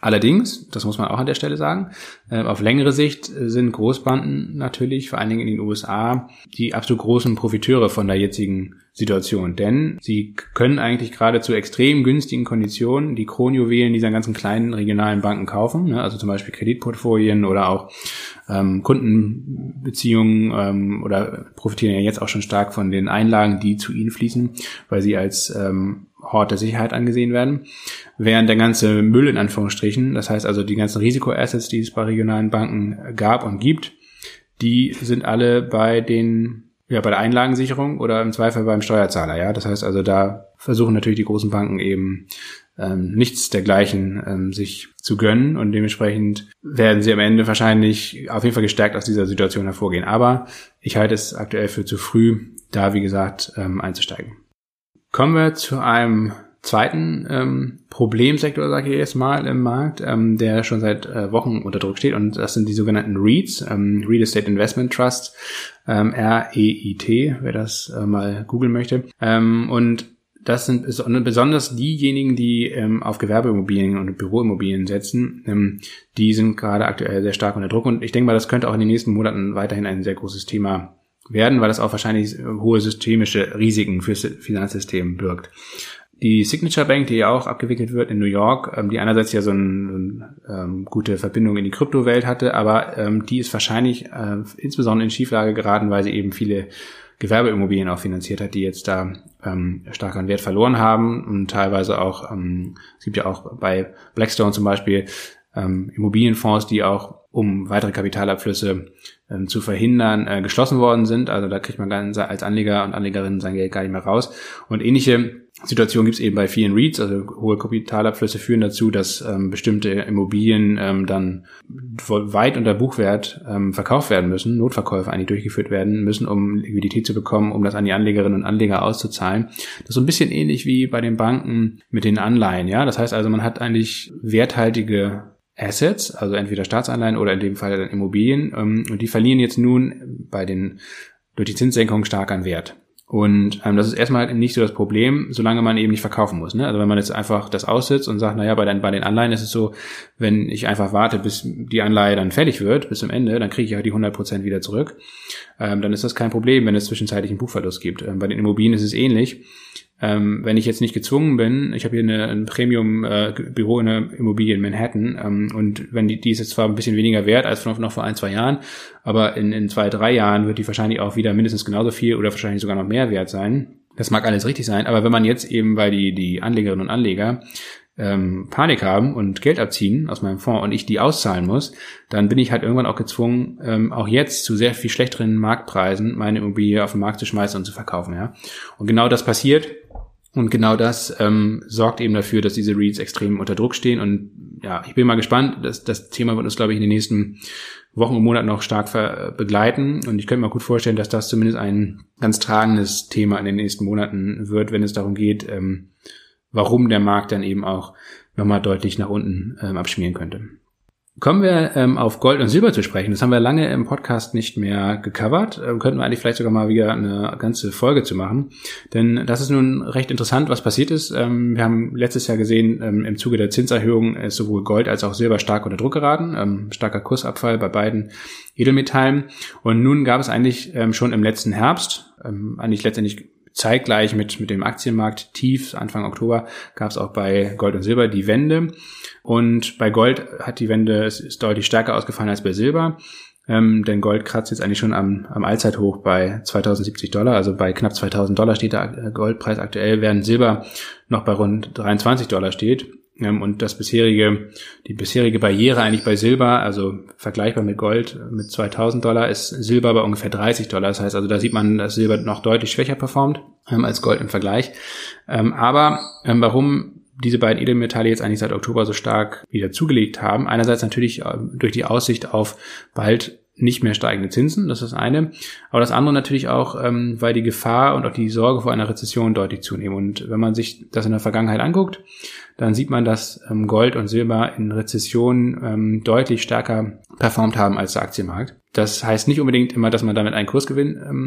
Allerdings, das muss man auch an der Stelle sagen, auf längere Sicht sind Großbanken natürlich, vor allen Dingen in den U S A, die absolut großen Profiteure von der jetzigen Situation. Denn sie können eigentlich gerade zu extrem günstigen Konditionen die Kronjuwelen dieser ganzen kleinen regionalen Banken kaufen, also zum Beispiel Kreditportfolien oder auch ähm, Kundenbeziehungen ähm, oder profitieren ja jetzt auch schon stark von den Einlagen, die zu ihnen fließen, weil sie als ähm, Hort der Sicherheit angesehen werden, während der ganze Müll in Anführungsstrichen, das heißt also die ganzen Risikoassets, die es bei regionalen Banken gab und gibt, die sind alle bei den ja bei der Einlagensicherung oder im Zweifel beim Steuerzahler, ja, das heißt also da versuchen natürlich die großen Banken eben ähm, nichts dergleichen ähm, sich zu gönnen und dementsprechend werden sie am Ende wahrscheinlich auf jeden Fall gestärkt aus dieser Situation hervorgehen, aber ich halte es aktuell für zu früh, da wie gesagt ähm, einzusteigen. Kommen wir zu einem zweiten ähm, Problemsektor, sage ich jetzt mal, im Markt, ähm, der schon seit äh, Wochen unter Druck steht, und das sind die sogenannten REITs, ähm, Real Estate Investment Trusts, ähm, R E I T, wer das äh, mal googeln möchte. Ähm, und das sind besonders diejenigen, die ähm, auf Gewerbeimmobilien und Büroimmobilien setzen, ähm, die sind gerade aktuell sehr stark unter Druck, und ich denke mal, das könnte auch in den nächsten Monaten weiterhin ein sehr großes Thema werden, weil das auch wahrscheinlich hohe systemische Risiken fürs Finanzsystem birgt. Die Signature Bank, die ja auch abgewickelt wird in New York, die einerseits ja so eine ähm, gute Verbindung in die Kryptowelt hatte, aber ähm, die ist wahrscheinlich äh, insbesondere in Schieflage geraten, weil sie eben viele Gewerbeimmobilien auch finanziert hat, die jetzt da ähm, stark an Wert verloren haben, und teilweise auch, ähm, es gibt ja auch bei Blackstone zum Beispiel ähm, Immobilienfonds, die auch, um weitere Kapitalabflüsse ähm, zu verhindern, äh, geschlossen worden sind. Also da kriegt man ganz, als Anleger und Anlegerin sein Geld gar nicht mehr raus. Und ähnliche Situationen gibt es eben bei vielen REITs. Also hohe Kapitalabflüsse führen dazu, dass ähm, bestimmte Immobilien ähm, dann weit unter Buchwert ähm, verkauft werden müssen, Notverkäufe eigentlich durchgeführt werden müssen, um Liquidität zu bekommen, um das an die Anlegerinnen und Anleger auszuzahlen. Das ist so ein bisschen ähnlich wie bei den Banken mit den Anleihen. Ja, das heißt also, man hat eigentlich werthaltige Assets, also entweder Staatsanleihen oder in dem Fall dann Immobilien, ähm, und die verlieren jetzt nun bei den durch die Zinssenkung stark an Wert. Und ähm, das ist erstmal nicht so das Problem, solange man eben nicht verkaufen muss. Ne? Also wenn man jetzt einfach das aussitzt und sagt, naja, bei den, bei den Anleihen ist es so, wenn ich einfach warte, bis die Anleihe dann fertig wird, bis zum Ende, dann kriege ich halt die hundert Prozent wieder zurück. Ähm, dann ist das kein Problem, wenn es zwischenzeitlich einen Buchverlust gibt. Ähm, bei den Immobilien ist es ähnlich. Ähm, wenn ich jetzt nicht gezwungen bin, ich habe hier eine, ein Premium-Büro äh, in einer Immobilie in Manhattan, ähm, und wenn die, die ist jetzt zwar ein bisschen weniger wert als noch, noch vor ein, zwei Jahren, aber in, in zwei, drei Jahren wird die wahrscheinlich auch wieder mindestens genauso viel oder wahrscheinlich sogar noch mehr wert sein. Das mag alles richtig sein, aber wenn man jetzt eben, weil die, die Anlegerinnen und Anleger ähm, Panik haben und Geld abziehen aus meinem Fonds und ich die auszahlen muss, dann bin ich halt irgendwann auch gezwungen, ähm, auch jetzt zu sehr viel schlechteren Marktpreisen meine Immobilie auf den Markt zu schmeißen und zu verkaufen. Ja, und genau das passiert. Und genau das ähm, sorgt eben dafür, dass diese REITs extrem unter Druck stehen. Und ja, ich bin mal gespannt. Das, das Thema wird uns, glaube ich, in den nächsten Wochen und Monaten noch stark ver- begleiten. Und ich könnte mir gut vorstellen, dass das zumindest ein ganz tragendes Thema in den nächsten Monaten wird, wenn es darum geht, ähm, warum der Markt dann eben auch nochmal deutlich nach unten ähm, abschmieren könnte. Kommen wir ähm, auf Gold und Silber zu sprechen. Das haben wir lange im Podcast nicht mehr gecovert. Ähm, könnten wir eigentlich vielleicht sogar mal wieder eine ganze Folge zu machen. Denn das ist nun recht interessant, was passiert ist. Ähm, wir haben letztes Jahr gesehen, ähm, im Zuge der Zinserhöhung ist sowohl Gold als auch Silber stark unter Druck geraten. Ähm, starker Kursabfall bei beiden Edelmetallen. Und nun gab es eigentlich ähm, schon im letzten Herbst, ähm, eigentlich letztendlich zeitgleich mit mit dem Aktienmarkt tief Anfang Oktober, gab es auch bei Gold und Silber die Wende. Und bei Gold hat die Wende, es ist deutlich stärker ausgefallen als bei Silber. Ähm, denn Gold kratzt jetzt eigentlich schon am, am Allzeithoch bei zweitausendsiebzig Dollar, also bei knapp zweitausend Dollar steht der Goldpreis aktuell, während Silber noch bei rund dreiundzwanzig Dollar steht. Ähm, und das bisherige, die bisherige Barriere eigentlich bei Silber, also vergleichbar mit Gold mit zweitausend Dollar, ist Silber bei ungefähr dreißig Dollar. Das heißt also, da sieht man, dass Silber noch deutlich schwächer performt ähm, als Gold im Vergleich. Ähm, aber ähm, warum diese beiden Edelmetalle jetzt eigentlich seit Oktober so stark wieder zugelegt haben? Einerseits natürlich äh, durch die Aussicht auf bald nicht mehr steigende Zinsen, das ist das eine. Aber das andere natürlich auch, ähm, weil die Gefahr und auch die Sorge vor einer Rezession deutlich zunehmen. Und wenn man sich das in der Vergangenheit anguckt, dann sieht man, dass ähm, Gold und Silber in Rezessionen ähm, deutlich stärker performt haben als der Aktienmarkt. Das heißt nicht unbedingt immer, dass man damit einen Kursgewinn ähm,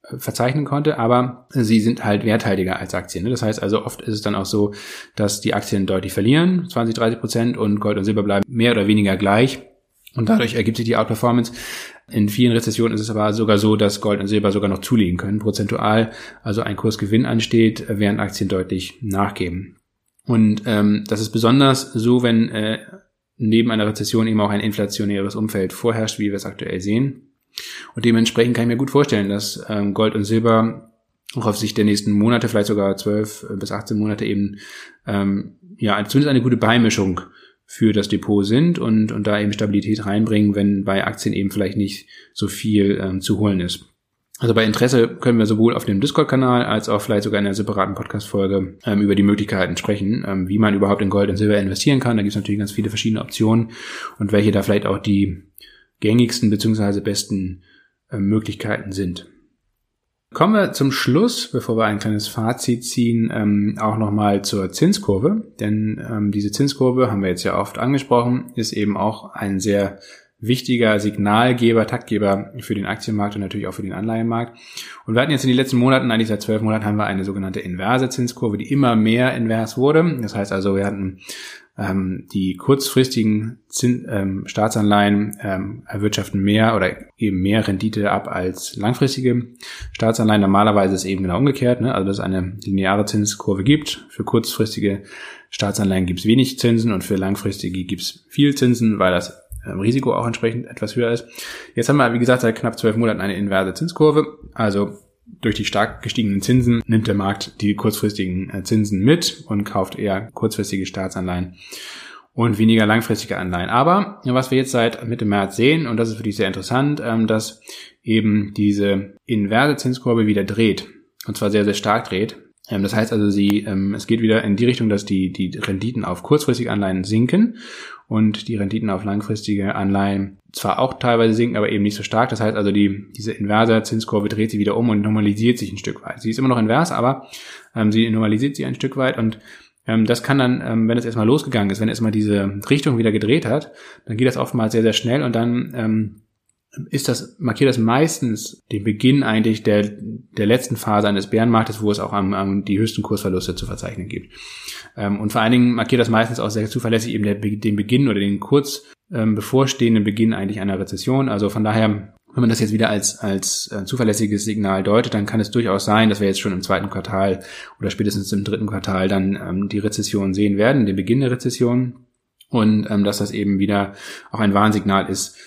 verzeichnen konnte, aber sie sind halt werthaltiger als Aktien. Das heißt also, oft ist es dann auch so, dass die Aktien deutlich verlieren, zwanzig, dreißig Prozent, und Gold und Silber bleiben mehr oder weniger gleich. Und dadurch ergibt sich die Outperformance. In vielen Rezessionen ist es aber sogar so, dass Gold und Silber sogar noch zulegen können, prozentual, also ein Kursgewinn ansteht, während Aktien deutlich nachgeben. Und ähm, das ist besonders so, wenn äh, neben einer Rezession eben auch ein inflationäres Umfeld vorherrscht, wie wir es aktuell sehen. Und dementsprechend kann ich mir gut vorstellen, dass ähm, Gold und Silber auch auf Sicht der nächsten Monate, vielleicht sogar zwölf bis achtzehn Monate eben, ähm, ja, zumindest eine gute Beimischung für das Depot sind und, und da eben Stabilität reinbringen, wenn bei Aktien eben vielleicht nicht so viel ähm, zu holen ist. Also bei Interesse können wir sowohl auf dem Discord-Kanal als auch vielleicht sogar in einer separaten Podcast-Folge ähm, über die Möglichkeiten sprechen, ähm, wie man überhaupt in Gold und Silber investieren kann. Da gibt es natürlich ganz viele verschiedene Optionen und welche da vielleicht auch die gängigsten bzw. besten äh, Möglichkeiten sind. Kommen wir zum Schluss, bevor wir ein kleines Fazit ziehen, ähm, auch nochmal zur Zinskurve. Denn ähm, diese Zinskurve, haben wir jetzt ja oft angesprochen, ist eben auch ein sehr wichtiger Signalgeber, Taktgeber für den Aktienmarkt und natürlich auch für den Anleihenmarkt. Und wir hatten jetzt in den letzten Monaten, eigentlich seit zwölf Monaten, haben wir eine sogenannte inverse Zinskurve, die immer mehr invers wurde. Das heißt also, wir hatten ähm, die kurzfristigen Zins, ähm, Staatsanleihen ähm, erwirtschaften mehr oder eben mehr Rendite ab als langfristige Staatsanleihen. Normalerweise ist es eben genau umgekehrt, ne? Also dass es eine lineare Zinskurve gibt. Für kurzfristige Staatsanleihen gibt es wenig Zinsen und für langfristige gibt es viel Zinsen, weil das Risiko auch entsprechend etwas höher ist. Jetzt haben wir, wie gesagt, seit knapp zwölf Monaten eine inverse Zinskurve. Also durch die stark gestiegenen Zinsen nimmt der Markt die kurzfristigen Zinsen mit und kauft eher kurzfristige Staatsanleihen und weniger langfristige Anleihen. Aber was wir jetzt seit Mitte März sehen, und das ist wirklich sehr interessant, dass eben diese inverse Zinskurve wieder dreht. Und zwar sehr, sehr stark dreht. Das heißt also, sie, es geht wieder in die Richtung, dass die, die Renditen auf kurzfristige Anleihen sinken und die Renditen auf langfristige Anleihen zwar auch teilweise sinken, aber eben nicht so stark. Das heißt also, die, diese inverse Zinskurve dreht sie wieder um und normalisiert sich ein Stück weit. Sie ist immer noch invers, aber ähm, sie normalisiert sich ein Stück weit und ähm, das kann dann, ähm, wenn es erstmal losgegangen ist, wenn es erstmal diese Richtung wieder gedreht hat, dann geht das oftmals sehr, sehr schnell und dann ähm, ist das, markiert das meistens den Beginn eigentlich der, der letzten Phase eines Bärenmarktes, wo es auch am, am die höchsten Kursverluste zu verzeichnen gibt. Ähm, und vor allen Dingen markiert das meistens auch sehr zuverlässig eben der, den Beginn oder den kurz ähm, bevorstehenden Beginn eigentlich einer Rezession. Also von daher, wenn man das jetzt wieder als, als äh, zuverlässiges Signal deutet, dann kann es durchaus sein, dass wir jetzt schon im zweiten Quartal oder spätestens im dritten Quartal dann ähm, die Rezession sehen werden, den Beginn der Rezession, und ähm, dass das eben wieder auch ein Warnsignal ist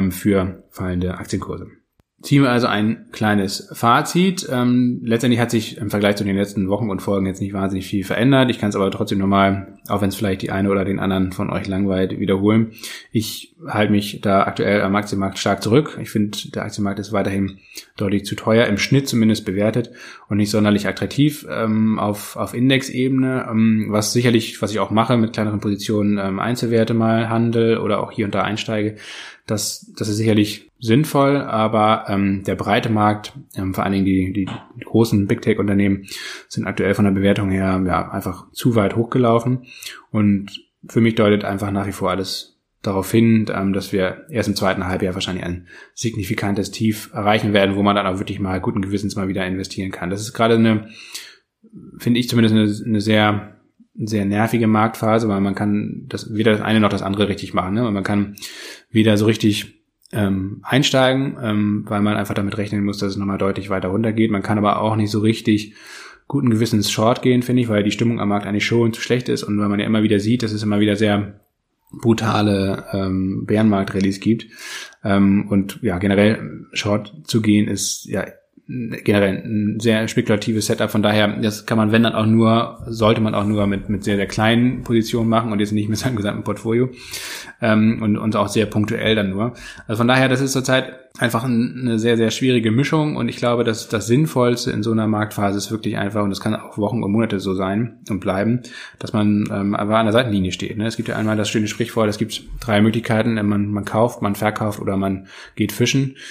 für fallende Aktienkurse. Ziehen wir also ein kleines Fazit. Ähm, letztendlich hat sich im Vergleich zu den letzten Wochen und Folgen jetzt nicht wahnsinnig viel verändert. Ich kann es aber trotzdem nochmal, auch wenn es vielleicht die eine oder den anderen von euch langweilt, wiederholen. Ich halte mich da aktuell am Aktienmarkt stark zurück. Ich finde, der Aktienmarkt ist weiterhin deutlich zu teuer, im Schnitt zumindest bewertet und nicht sonderlich attraktiv ähm, auf, auf Indexebene, ähm, was sicherlich, was ich auch mache, mit kleineren Positionen ähm, Einzelwerte mal handle oder auch hier und da einsteige. Das, das ist sicherlich sinnvoll, aber ähm, der breite Markt, ähm, vor allen Dingen die, die, die großen Big-Tech-Unternehmen, sind aktuell von der Bewertung her ja einfach zu weit hochgelaufen. Und für mich deutet einfach nach wie vor alles darauf hin, ähm, dass wir erst im zweiten Halbjahr wahrscheinlich ein signifikantes Tief erreichen werden, wo man dann auch wirklich mal guten Gewissens mal wieder investieren kann. Das ist gerade eine, finde ich zumindest eine, eine sehr sehr nervige Marktphase, weil man kann das weder das eine noch das andere richtig machen, ne? Und man kann weder so richtig ähm, einsteigen, ähm, weil man einfach damit rechnen muss, dass es nochmal deutlich weiter runtergeht. Man kann aber auch nicht so richtig guten Gewissens Short gehen, finde ich, weil die Stimmung am Markt eigentlich schon zu schlecht ist und weil man ja immer wieder sieht, dass es immer wieder sehr brutale ähm, Bärenmarkt-Rallyes gibt. Ähm, und ja, generell Short zu gehen ist ja generell ein sehr spekulatives Setup, von daher, das kann man, wenn dann auch nur, sollte man auch nur mit mit sehr, sehr kleinen Positionen machen und jetzt nicht mit seinem gesamten Portfolio ähm, und, und auch sehr punktuell dann nur. Also von daher, das ist zurzeit einfach eine sehr, sehr schwierige Mischung und ich glaube, dass das Sinnvollste in so einer Marktphase ist wirklich einfach, und das kann auch Wochen und Monate so sein und bleiben, dass man ähm, einfach an der Seitenlinie steht. Ne? Es gibt ja einmal das schöne Sprichwort, es gibt drei Möglichkeiten, man, man kauft, man verkauft oder man geht fischen.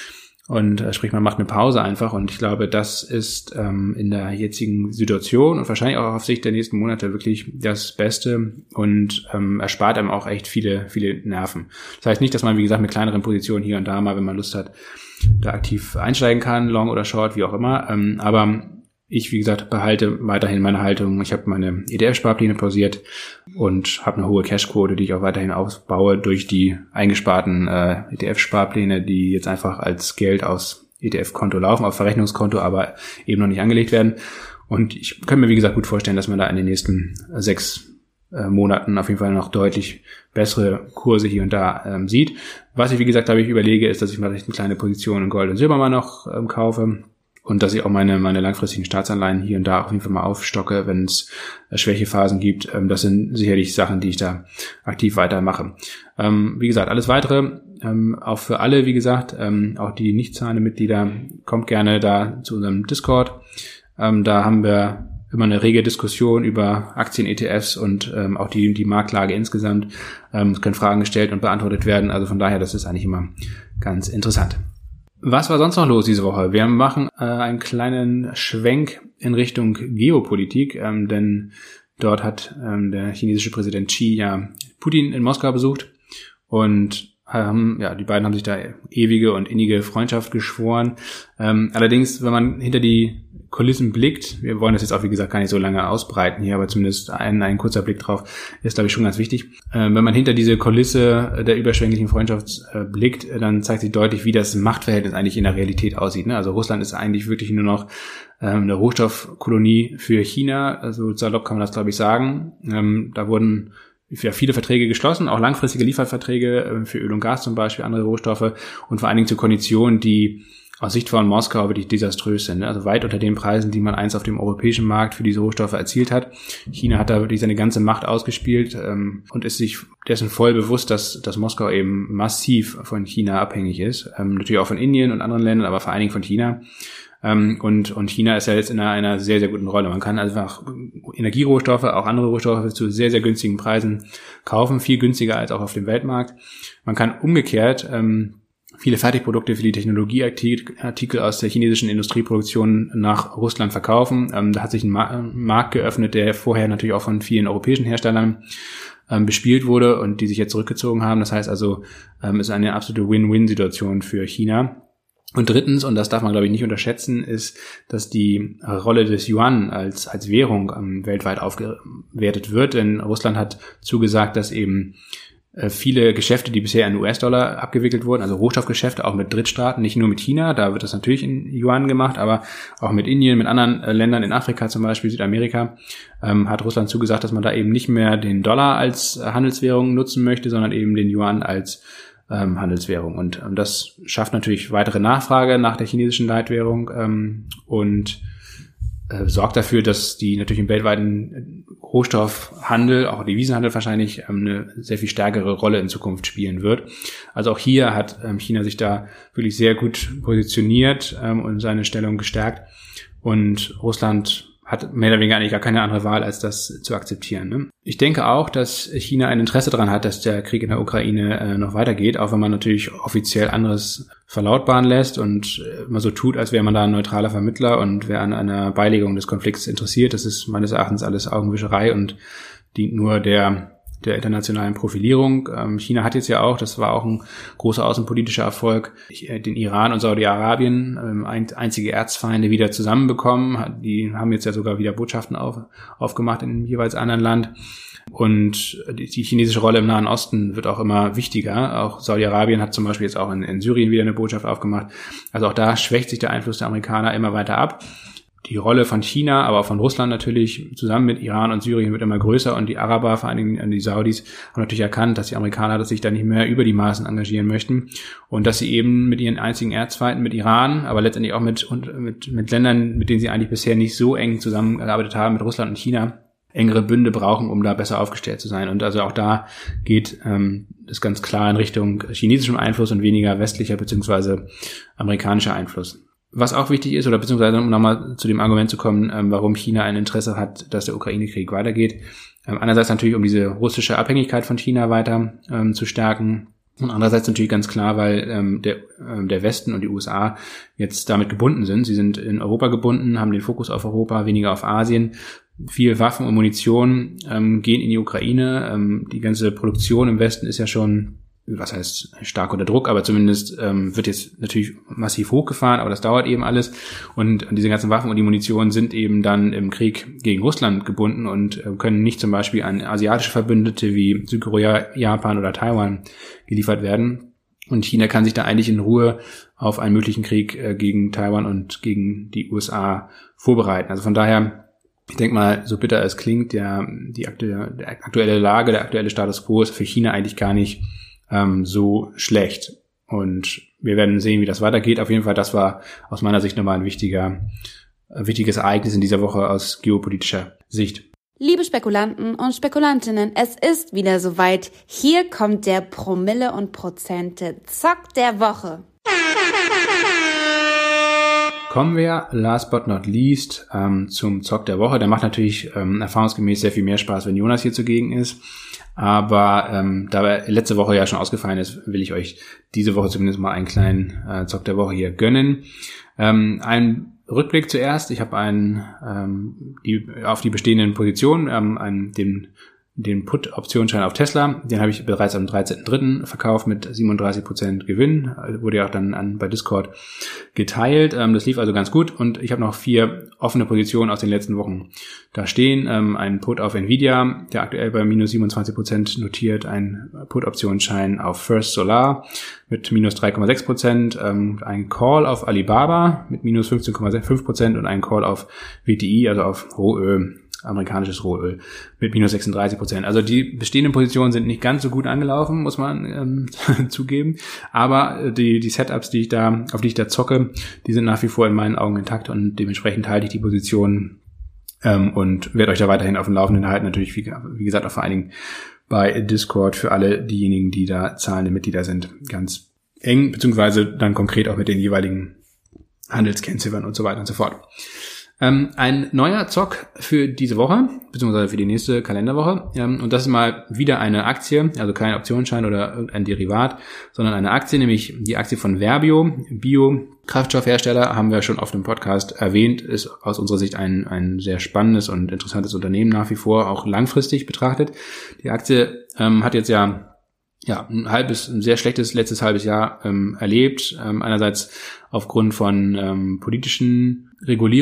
Und äh, sprich, man macht eine Pause einfach. Und ich glaube, das ist ähm, in der jetzigen Situation und wahrscheinlich auch auf Sicht der nächsten Monate wirklich das Beste und ähm, erspart einem auch echt viele, viele Nerven. Das heißt nicht, dass man, wie gesagt, mit kleineren Positionen hier und da mal, wenn man Lust hat, da aktiv einsteigen kann, Long oder Short, wie auch immer. Ähm, aber ich, wie gesagt, behalte weiterhin meine Haltung. Ich habe meine E T F-Sparpläne pausiert und habe eine hohe Cashquote, die ich auch weiterhin aufbaue durch die eingesparten äh, E T F-Sparpläne, die jetzt einfach als Geld aus E T F-Konto laufen, auf Verrechnungskonto, aber eben noch nicht angelegt werden. Und ich kann mir, wie gesagt, gut vorstellen, dass man da in den nächsten sechs äh, Monaten auf jeden Fall noch deutlich bessere Kurse hier und da ähm, sieht. Was ich, wie gesagt, habe ich überlege, ist, dass ich mal eine kleine Position in Gold und Silber mal noch ähm, kaufe. Und dass ich auch meine meine langfristigen Staatsanleihen hier und da auf jeden Fall mal aufstocke, wenn es äh, Schwächephasen gibt. Ähm, das sind sicherlich Sachen, die ich da aktiv weitermache. Ähm, wie gesagt, alles Weitere, ähm, auch für alle, wie gesagt, ähm, auch die nicht zahlenden Mitglieder, kommt gerne da zu unserem Discord. Ähm, da haben wir immer eine rege Diskussion über Aktien-E T Fs und ähm, auch die die Marktlage insgesamt. Ähm, es können Fragen gestellt und beantwortet werden. Also von daher, das ist eigentlich immer ganz interessant. Was war sonst noch los diese Woche? Wir machen äh, einen kleinen Schwenk in Richtung Geopolitik, ähm, denn dort hat ähm, der chinesische Präsident Xi ja Putin in Moskau besucht und ähm, ja, die beiden haben sich da ewige und innige Freundschaft geschworen. Ähm, allerdings, wenn man hinter die Kulissen blickt, wir wollen das jetzt auch, wie gesagt, gar nicht so lange ausbreiten hier, aber zumindest ein, ein kurzer Blick drauf ist, glaube ich, schon ganz wichtig. Äh, wenn man hinter diese Kulisse der überschwänglichen Freundschaft äh, blickt, dann zeigt sich deutlich, wie das Machtverhältnis eigentlich in der Realität aussieht. Ne? Also Russland ist eigentlich wirklich nur noch ähm, eine Rohstoffkolonie für China, also salopp kann man das, glaube ich, sagen. Ähm, da wurden ja, viele Verträge geschlossen, auch langfristige Lieferverträge äh, für Öl und Gas zum Beispiel, andere Rohstoffe und vor allen Dingen zu Konditionen, die aus Sicht von Moskau wirklich desaströs sind. Also weit unter den Preisen, die man einst auf dem europäischen Markt für diese Rohstoffe erzielt hat. China hat da wirklich seine ganze Macht ausgespielt ähm, und ist sich dessen voll bewusst, dass, dass Moskau eben massiv von China abhängig ist. Ähm, natürlich auch von Indien und anderen Ländern, aber vor allen Dingen von China. Ähm, und, und China ist ja jetzt in einer, einer sehr, sehr guten Rolle. Man kann einfach Energierohstoffe, auch andere Rohstoffe zu sehr, sehr günstigen Preisen kaufen, viel günstiger als auch auf dem Weltmarkt. Man kann umgekehrt ähm, viele Fertigprodukte für die Technologieartikel aus der chinesischen Industrieproduktion nach Russland verkaufen. Ähm, da hat sich ein Ma- Markt geöffnet, der vorher natürlich auch von vielen europäischen Herstellern ähm, bespielt wurde und die sich jetzt zurückgezogen haben. Das heißt also, ähm, es ist eine absolute Win-Win-Situation für China. Und drittens, und das darf man, glaube ich, nicht unterschätzen, ist, dass die Rolle des Yuan als als Währung ähm, weltweit aufgewertet wird. Denn Russland hat zugesagt, dass eben viele Geschäfte, die bisher in U S-Dollar abgewickelt wurden, also Rohstoffgeschäfte, auch mit Drittstaaten, nicht nur mit China, da wird das natürlich in Yuan gemacht, aber auch mit Indien, mit anderen äh, Ländern in Afrika zum Beispiel, Südamerika, ähm, hat Russland zugesagt, dass man da eben nicht mehr den Dollar als äh, Handelswährung nutzen möchte, sondern eben den Yuan als ähm, Handelswährung. Und ähm, das schafft natürlich weitere Nachfrage nach der chinesischen Leitwährung ähm, und äh, sorgt dafür, dass die natürlich im weltweiten Rohstoffhandel, auch Devisenhandel wahrscheinlich, ähm, eine sehr viel stärkere Rolle in Zukunft spielen wird. Also auch hier hat ähm, China sich da wirklich sehr gut positioniert ähm, und seine Stellung gestärkt. Und Russland hat mehr oder weniger eigentlich gar keine andere Wahl, als das zu akzeptieren. Ne? Ich denke auch, dass China ein Interesse daran hat, dass der Krieg in der Ukraine äh, noch weitergeht, auch wenn man natürlich offiziell anderes verlautbaren lässt und äh, immer so tut, als wäre man da ein neutraler Vermittler und wäre an einer Beilegung des Konflikts interessiert. Das ist meines Erachtens alles Augenwischerei und dient nur der der internationalen Profilierung. Ähm, China hat jetzt ja auch, das war auch ein großer außenpolitischer Erfolg, den Iran und Saudi-Arabien, ähm, ein, einzige Erzfeinde, wieder zusammenbekommen. Die haben jetzt ja sogar wieder Botschaften auf, aufgemacht in dem jeweils anderen Land. Und die, die chinesische Rolle im Nahen Osten wird auch immer wichtiger. Auch Saudi-Arabien hat zum Beispiel jetzt auch in, in Syrien wieder eine Botschaft aufgemacht. Also auch da schwächt sich der Einfluss der Amerikaner immer weiter ab. Die Rolle von China, aber auch von Russland natürlich, zusammen mit Iran und Syrien wird immer größer und die Araber, vor allen Dingen die Saudis, haben natürlich erkannt, dass die Amerikaner dass sich da nicht mehr über die Maßen engagieren möchten und dass sie eben mit ihren einzigen Erzfeinden, mit Iran, aber letztendlich auch mit, mit, mit Ländern, mit denen sie eigentlich bisher nicht so eng zusammengearbeitet haben, mit Russland und China, engere Bünde brauchen, um da besser aufgestellt zu sein. Und also auch da geht ähm, das ganz klar in Richtung chinesischem Einfluss und weniger westlicher bzw. amerikanischer Einfluss. Was auch wichtig ist, oder beziehungsweise um nochmal zu dem Argument zu kommen, ähm, warum China ein Interesse hat, dass der Ukraine-Krieg weitergeht. Ähm, einerseits natürlich, um diese russische Abhängigkeit von China weiter ähm, zu stärken Und andererseits natürlich ganz klar, weil ähm, der, ähm, der Westen und die U S A jetzt damit gebunden sind. Sie sind in Europa gebunden, haben den Fokus auf Europa, weniger auf Asien. Viel Waffen und Munition ähm, gehen in die Ukraine. Ähm, die ganze Produktion im Westen ist ja schon, was heißt stark unter Druck, aber zumindest ähm, wird jetzt natürlich massiv hochgefahren, aber das dauert eben alles. Und diese ganzen Waffen und die Munition sind eben dann im Krieg gegen Russland gebunden und äh, können nicht zum Beispiel an asiatische Verbündete wie Südkorea, Japan oder Taiwan geliefert werden. Und China kann sich da eigentlich in Ruhe auf einen möglichen Krieg äh, gegen Taiwan und gegen die U S A vorbereiten. Also von daher, ich denke mal, so bitter es klingt, der, die aktuelle, der aktuelle Lage, der aktuelle Status quo ist für China eigentlich gar nicht ähm, so schlecht. Und wir werden sehen, wie das weitergeht. Auf jeden Fall, das war aus meiner Sicht nochmal ein wichtiger, ein wichtiges Ereignis in dieser Woche aus geopolitischer Sicht. Liebe Spekulanten und Spekulantinnen, es ist wieder soweit. Hier kommt der Promille und Prozente Zock der Woche. Kommen wir, last but not least, ähm, zum Zock der Woche. Der macht natürlich ähm, erfahrungsgemäß sehr viel mehr Spaß, wenn Jonas hier zugegen ist. Aber ähm, da er letzte Woche ja schon ausgefallen ist, will ich euch diese Woche zumindest mal einen kleinen äh, Zock der Woche hier gönnen. Ähm, ein Rückblick zuerst. Ich habe einen ähm, die, auf die bestehenden Positionen, ähm, einen, den den Put-Optionsschein auf Tesla, den habe ich bereits am dreizehnten dritten verkauft mit siebenunddreißig Prozent Gewinn, wurde ja auch dann an, bei Discord geteilt. Ähm, das lief also ganz gut und ich habe noch vier offene Positionen aus den letzten Wochen da stehen. Ähm, ein Put auf Nvidia, der aktuell bei minus siebenundzwanzig Prozent notiert, ein Put-Optionsschein auf First Solar mit minus drei Komma sechs Prozent, ähm, ein Call auf Alibaba mit minus fünfzehn Komma fünf Prozent und ein Call auf W T I, also auf Rohöl, amerikanisches Rohöl, mit minus sechsunddreißig Prozent. Also die bestehenden Positionen sind nicht ganz so gut angelaufen, muss man ähm, zugeben. Aber die die Setups, die ich da, auf die ich da zocke, die sind nach wie vor in meinen Augen intakt und dementsprechend halte ich die Positionen ähm, und werde euch da weiterhin auf dem Laufenden halten. Natürlich, wie, wie gesagt, auch vor allen Dingen bei Discord für alle diejenigen, die da zahlende Mitglieder sind, ganz eng, beziehungsweise dann konkret auch mit den jeweiligen Handelskennziffern und so weiter und so fort. Ähm, ein neuer Zock für diese Woche, beziehungsweise für die nächste Kalenderwoche. Ähm, und das ist mal wieder eine Aktie, also kein Optionsschein oder irgendein Derivat, sondern eine Aktie, nämlich die Aktie von Verbio. Bio-Kraftstoffhersteller, haben wir schon auf dem Podcast erwähnt, ist aus unserer Sicht ein, ein sehr spannendes und interessantes Unternehmen nach wie vor, auch langfristig betrachtet. Die Aktie ähm, hat jetzt ja ja, ein halbes, ein sehr schlechtes letztes halbes Jahr ähm, erlebt. Ähm, einerseits aufgrund von ähm, politischen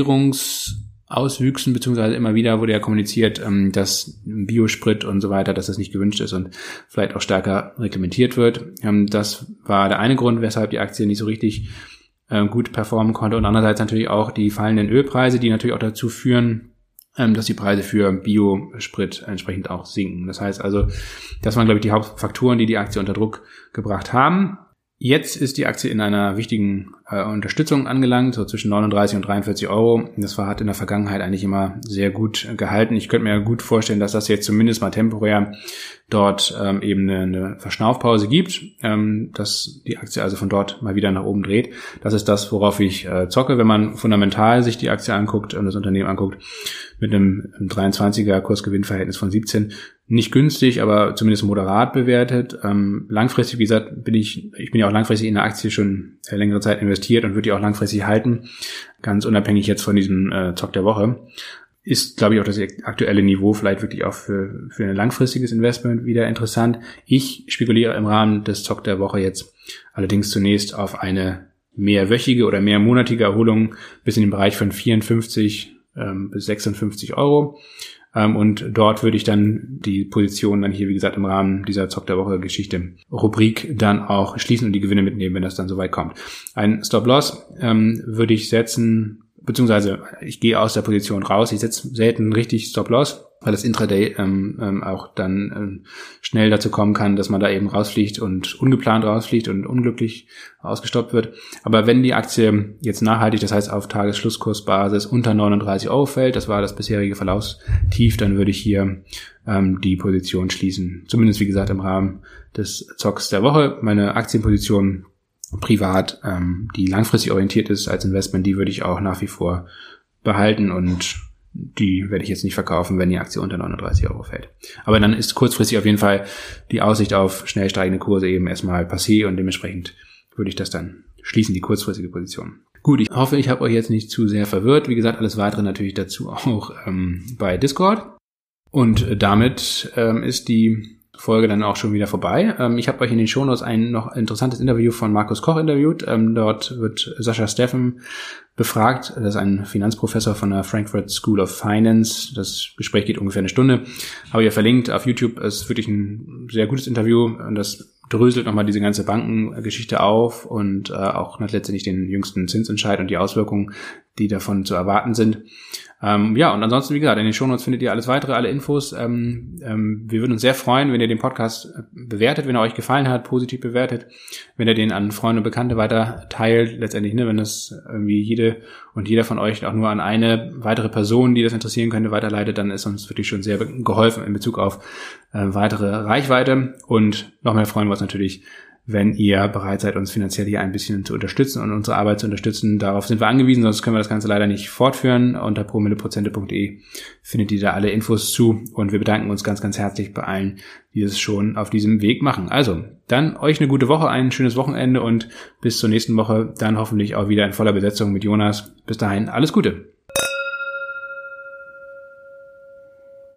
Regulierungsauswüchsen, beziehungsweise immer wieder wurde ja kommuniziert, ähm, dass Biosprit und so weiter, dass das nicht gewünscht ist und vielleicht auch stärker reglementiert wird. Ähm, das war der eine Grund, weshalb die Aktie nicht so richtig äh, gut performen konnte. Und andererseits natürlich auch die fallenden Ölpreise, die natürlich auch dazu führen, dass die Preise für Biosprit entsprechend auch sinken. Das heißt also, das waren, glaube ich, die Hauptfaktoren, die die Aktie unter Druck gebracht haben. Jetzt ist die Aktie in einer wichtigen äh, Unterstützung angelangt, so zwischen neununddreißig und dreiundvierzig Euro. Das war, hat in der Vergangenheit eigentlich immer sehr gut gehalten. Ich könnte mir gut vorstellen, dass das jetzt zumindest mal temporär dort ähm, eben eine, eine Verschnaufpause gibt, ähm, dass die Aktie also von dort mal wieder nach oben dreht. Das ist das, worauf ich äh, zocke, wenn man fundamental sich die Aktie anguckt und das Unternehmen anguckt, mit einem, einem dreiundzwanziger Kursgewinnverhältnis von siebzehn. Nicht günstig, aber zumindest moderat bewertet. Ähm, langfristig, wie gesagt, bin ich, ich bin ja auch langfristig in der Aktie schon äh, längere Zeit investiert und würde die auch langfristig halten. Ganz unabhängig jetzt von diesem äh, Zock der Woche. Ist, glaube ich, auch das aktuelle Niveau vielleicht wirklich auch für, für ein langfristiges Investment wieder interessant. Ich spekuliere im Rahmen des Zock der Woche jetzt allerdings zunächst auf eine mehrwöchige oder mehrmonatige Erholung bis in den Bereich von vierundfünfzig ähm, bis sechsundfünfzig Euro. Ähm, und dort würde ich dann die Position dann hier, wie gesagt, im Rahmen dieser Zock der Woche Geschichte Rubrik dann auch schließen und die Gewinne mitnehmen, wenn das dann soweit kommt. Ein Stop-Loss ähm, würde ich setzen, beziehungsweise ich gehe aus der Position raus. Ich setze selten richtig Stop-Loss, weil das Intraday ähm, ähm, auch dann ähm, schnell dazu kommen kann, dass man da eben rausfliegt und ungeplant rausfliegt und unglücklich ausgestoppt wird. Aber wenn die Aktie jetzt nachhaltig, das heißt auf Tagesschlusskursbasis unter neununddreißig Euro fällt, das war das bisherige Verlaufstief, dann würde ich hier ähm, die Position schließen. Zumindest, wie gesagt, im Rahmen des Zocks der Woche. Meine Aktienposition privat, ähm, die langfristig orientiert ist als Investment, die würde ich auch nach wie vor behalten und die werde ich jetzt nicht verkaufen, wenn die Aktie unter neununddreißig Euro fällt. Aber dann ist kurzfristig auf jeden Fall die Aussicht auf schnell steigende Kurse eben erstmal passé und dementsprechend würde ich das dann schließen, die kurzfristige Position. Gut, ich hoffe, ich habe euch jetzt nicht zu sehr verwirrt. Wie gesagt, alles weitere natürlich dazu auch ähm, bei Discord. Und damit ähm, ist die Folge dann auch schon wieder vorbei. Ähm, ich habe euch in den Shownotes ein noch interessantes Interview von Markus Koch interviewt. Ähm, dort wird Sascha Steffen befragt. Das ist ein Finanzprofessor von der Frankfurt School of Finance. Das Gespräch geht ungefähr eine Stunde. Habe ich ja verlinkt auf YouTube. Es ist wirklich ein sehr gutes Interview. Und das dröselt nochmal diese ganze Bankengeschichte auf und äh, auch letztendlich den jüngsten Zinsentscheid und die Auswirkungen, die davon zu erwarten sind. Ähm, ja, und ansonsten, wie gesagt, in den Shownotes findet ihr alles weitere, alle Infos. Ähm, ähm, wir würden uns sehr freuen, wenn ihr den Podcast bewertet, wenn er euch gefallen hat, positiv bewertet, wenn ihr den an Freunde und Bekannte weiter teilt, letztendlich, ne, wenn das irgendwie jede und jeder von euch auch nur an eine weitere Person, die das interessieren könnte, weiterleitet, dann ist uns wirklich schon sehr geholfen in Bezug auf äh, weitere Reichweite. Und noch mehr freuen wir uns natürlich, wenn ihr bereit seid, uns finanziell hier ein bisschen zu unterstützen und unsere Arbeit zu unterstützen. Darauf sind wir angewiesen, sonst können wir das Ganze leider nicht fortführen. Unter promilleprozente punkt de findet ihr da alle Infos zu und wir bedanken uns ganz, ganz herzlich bei allen, die es schon auf diesem Weg machen. Also, dann euch eine gute Woche, ein schönes Wochenende und bis zur nächsten Woche dann hoffentlich auch wieder in voller Besetzung mit Jonas. Bis dahin, alles Gute!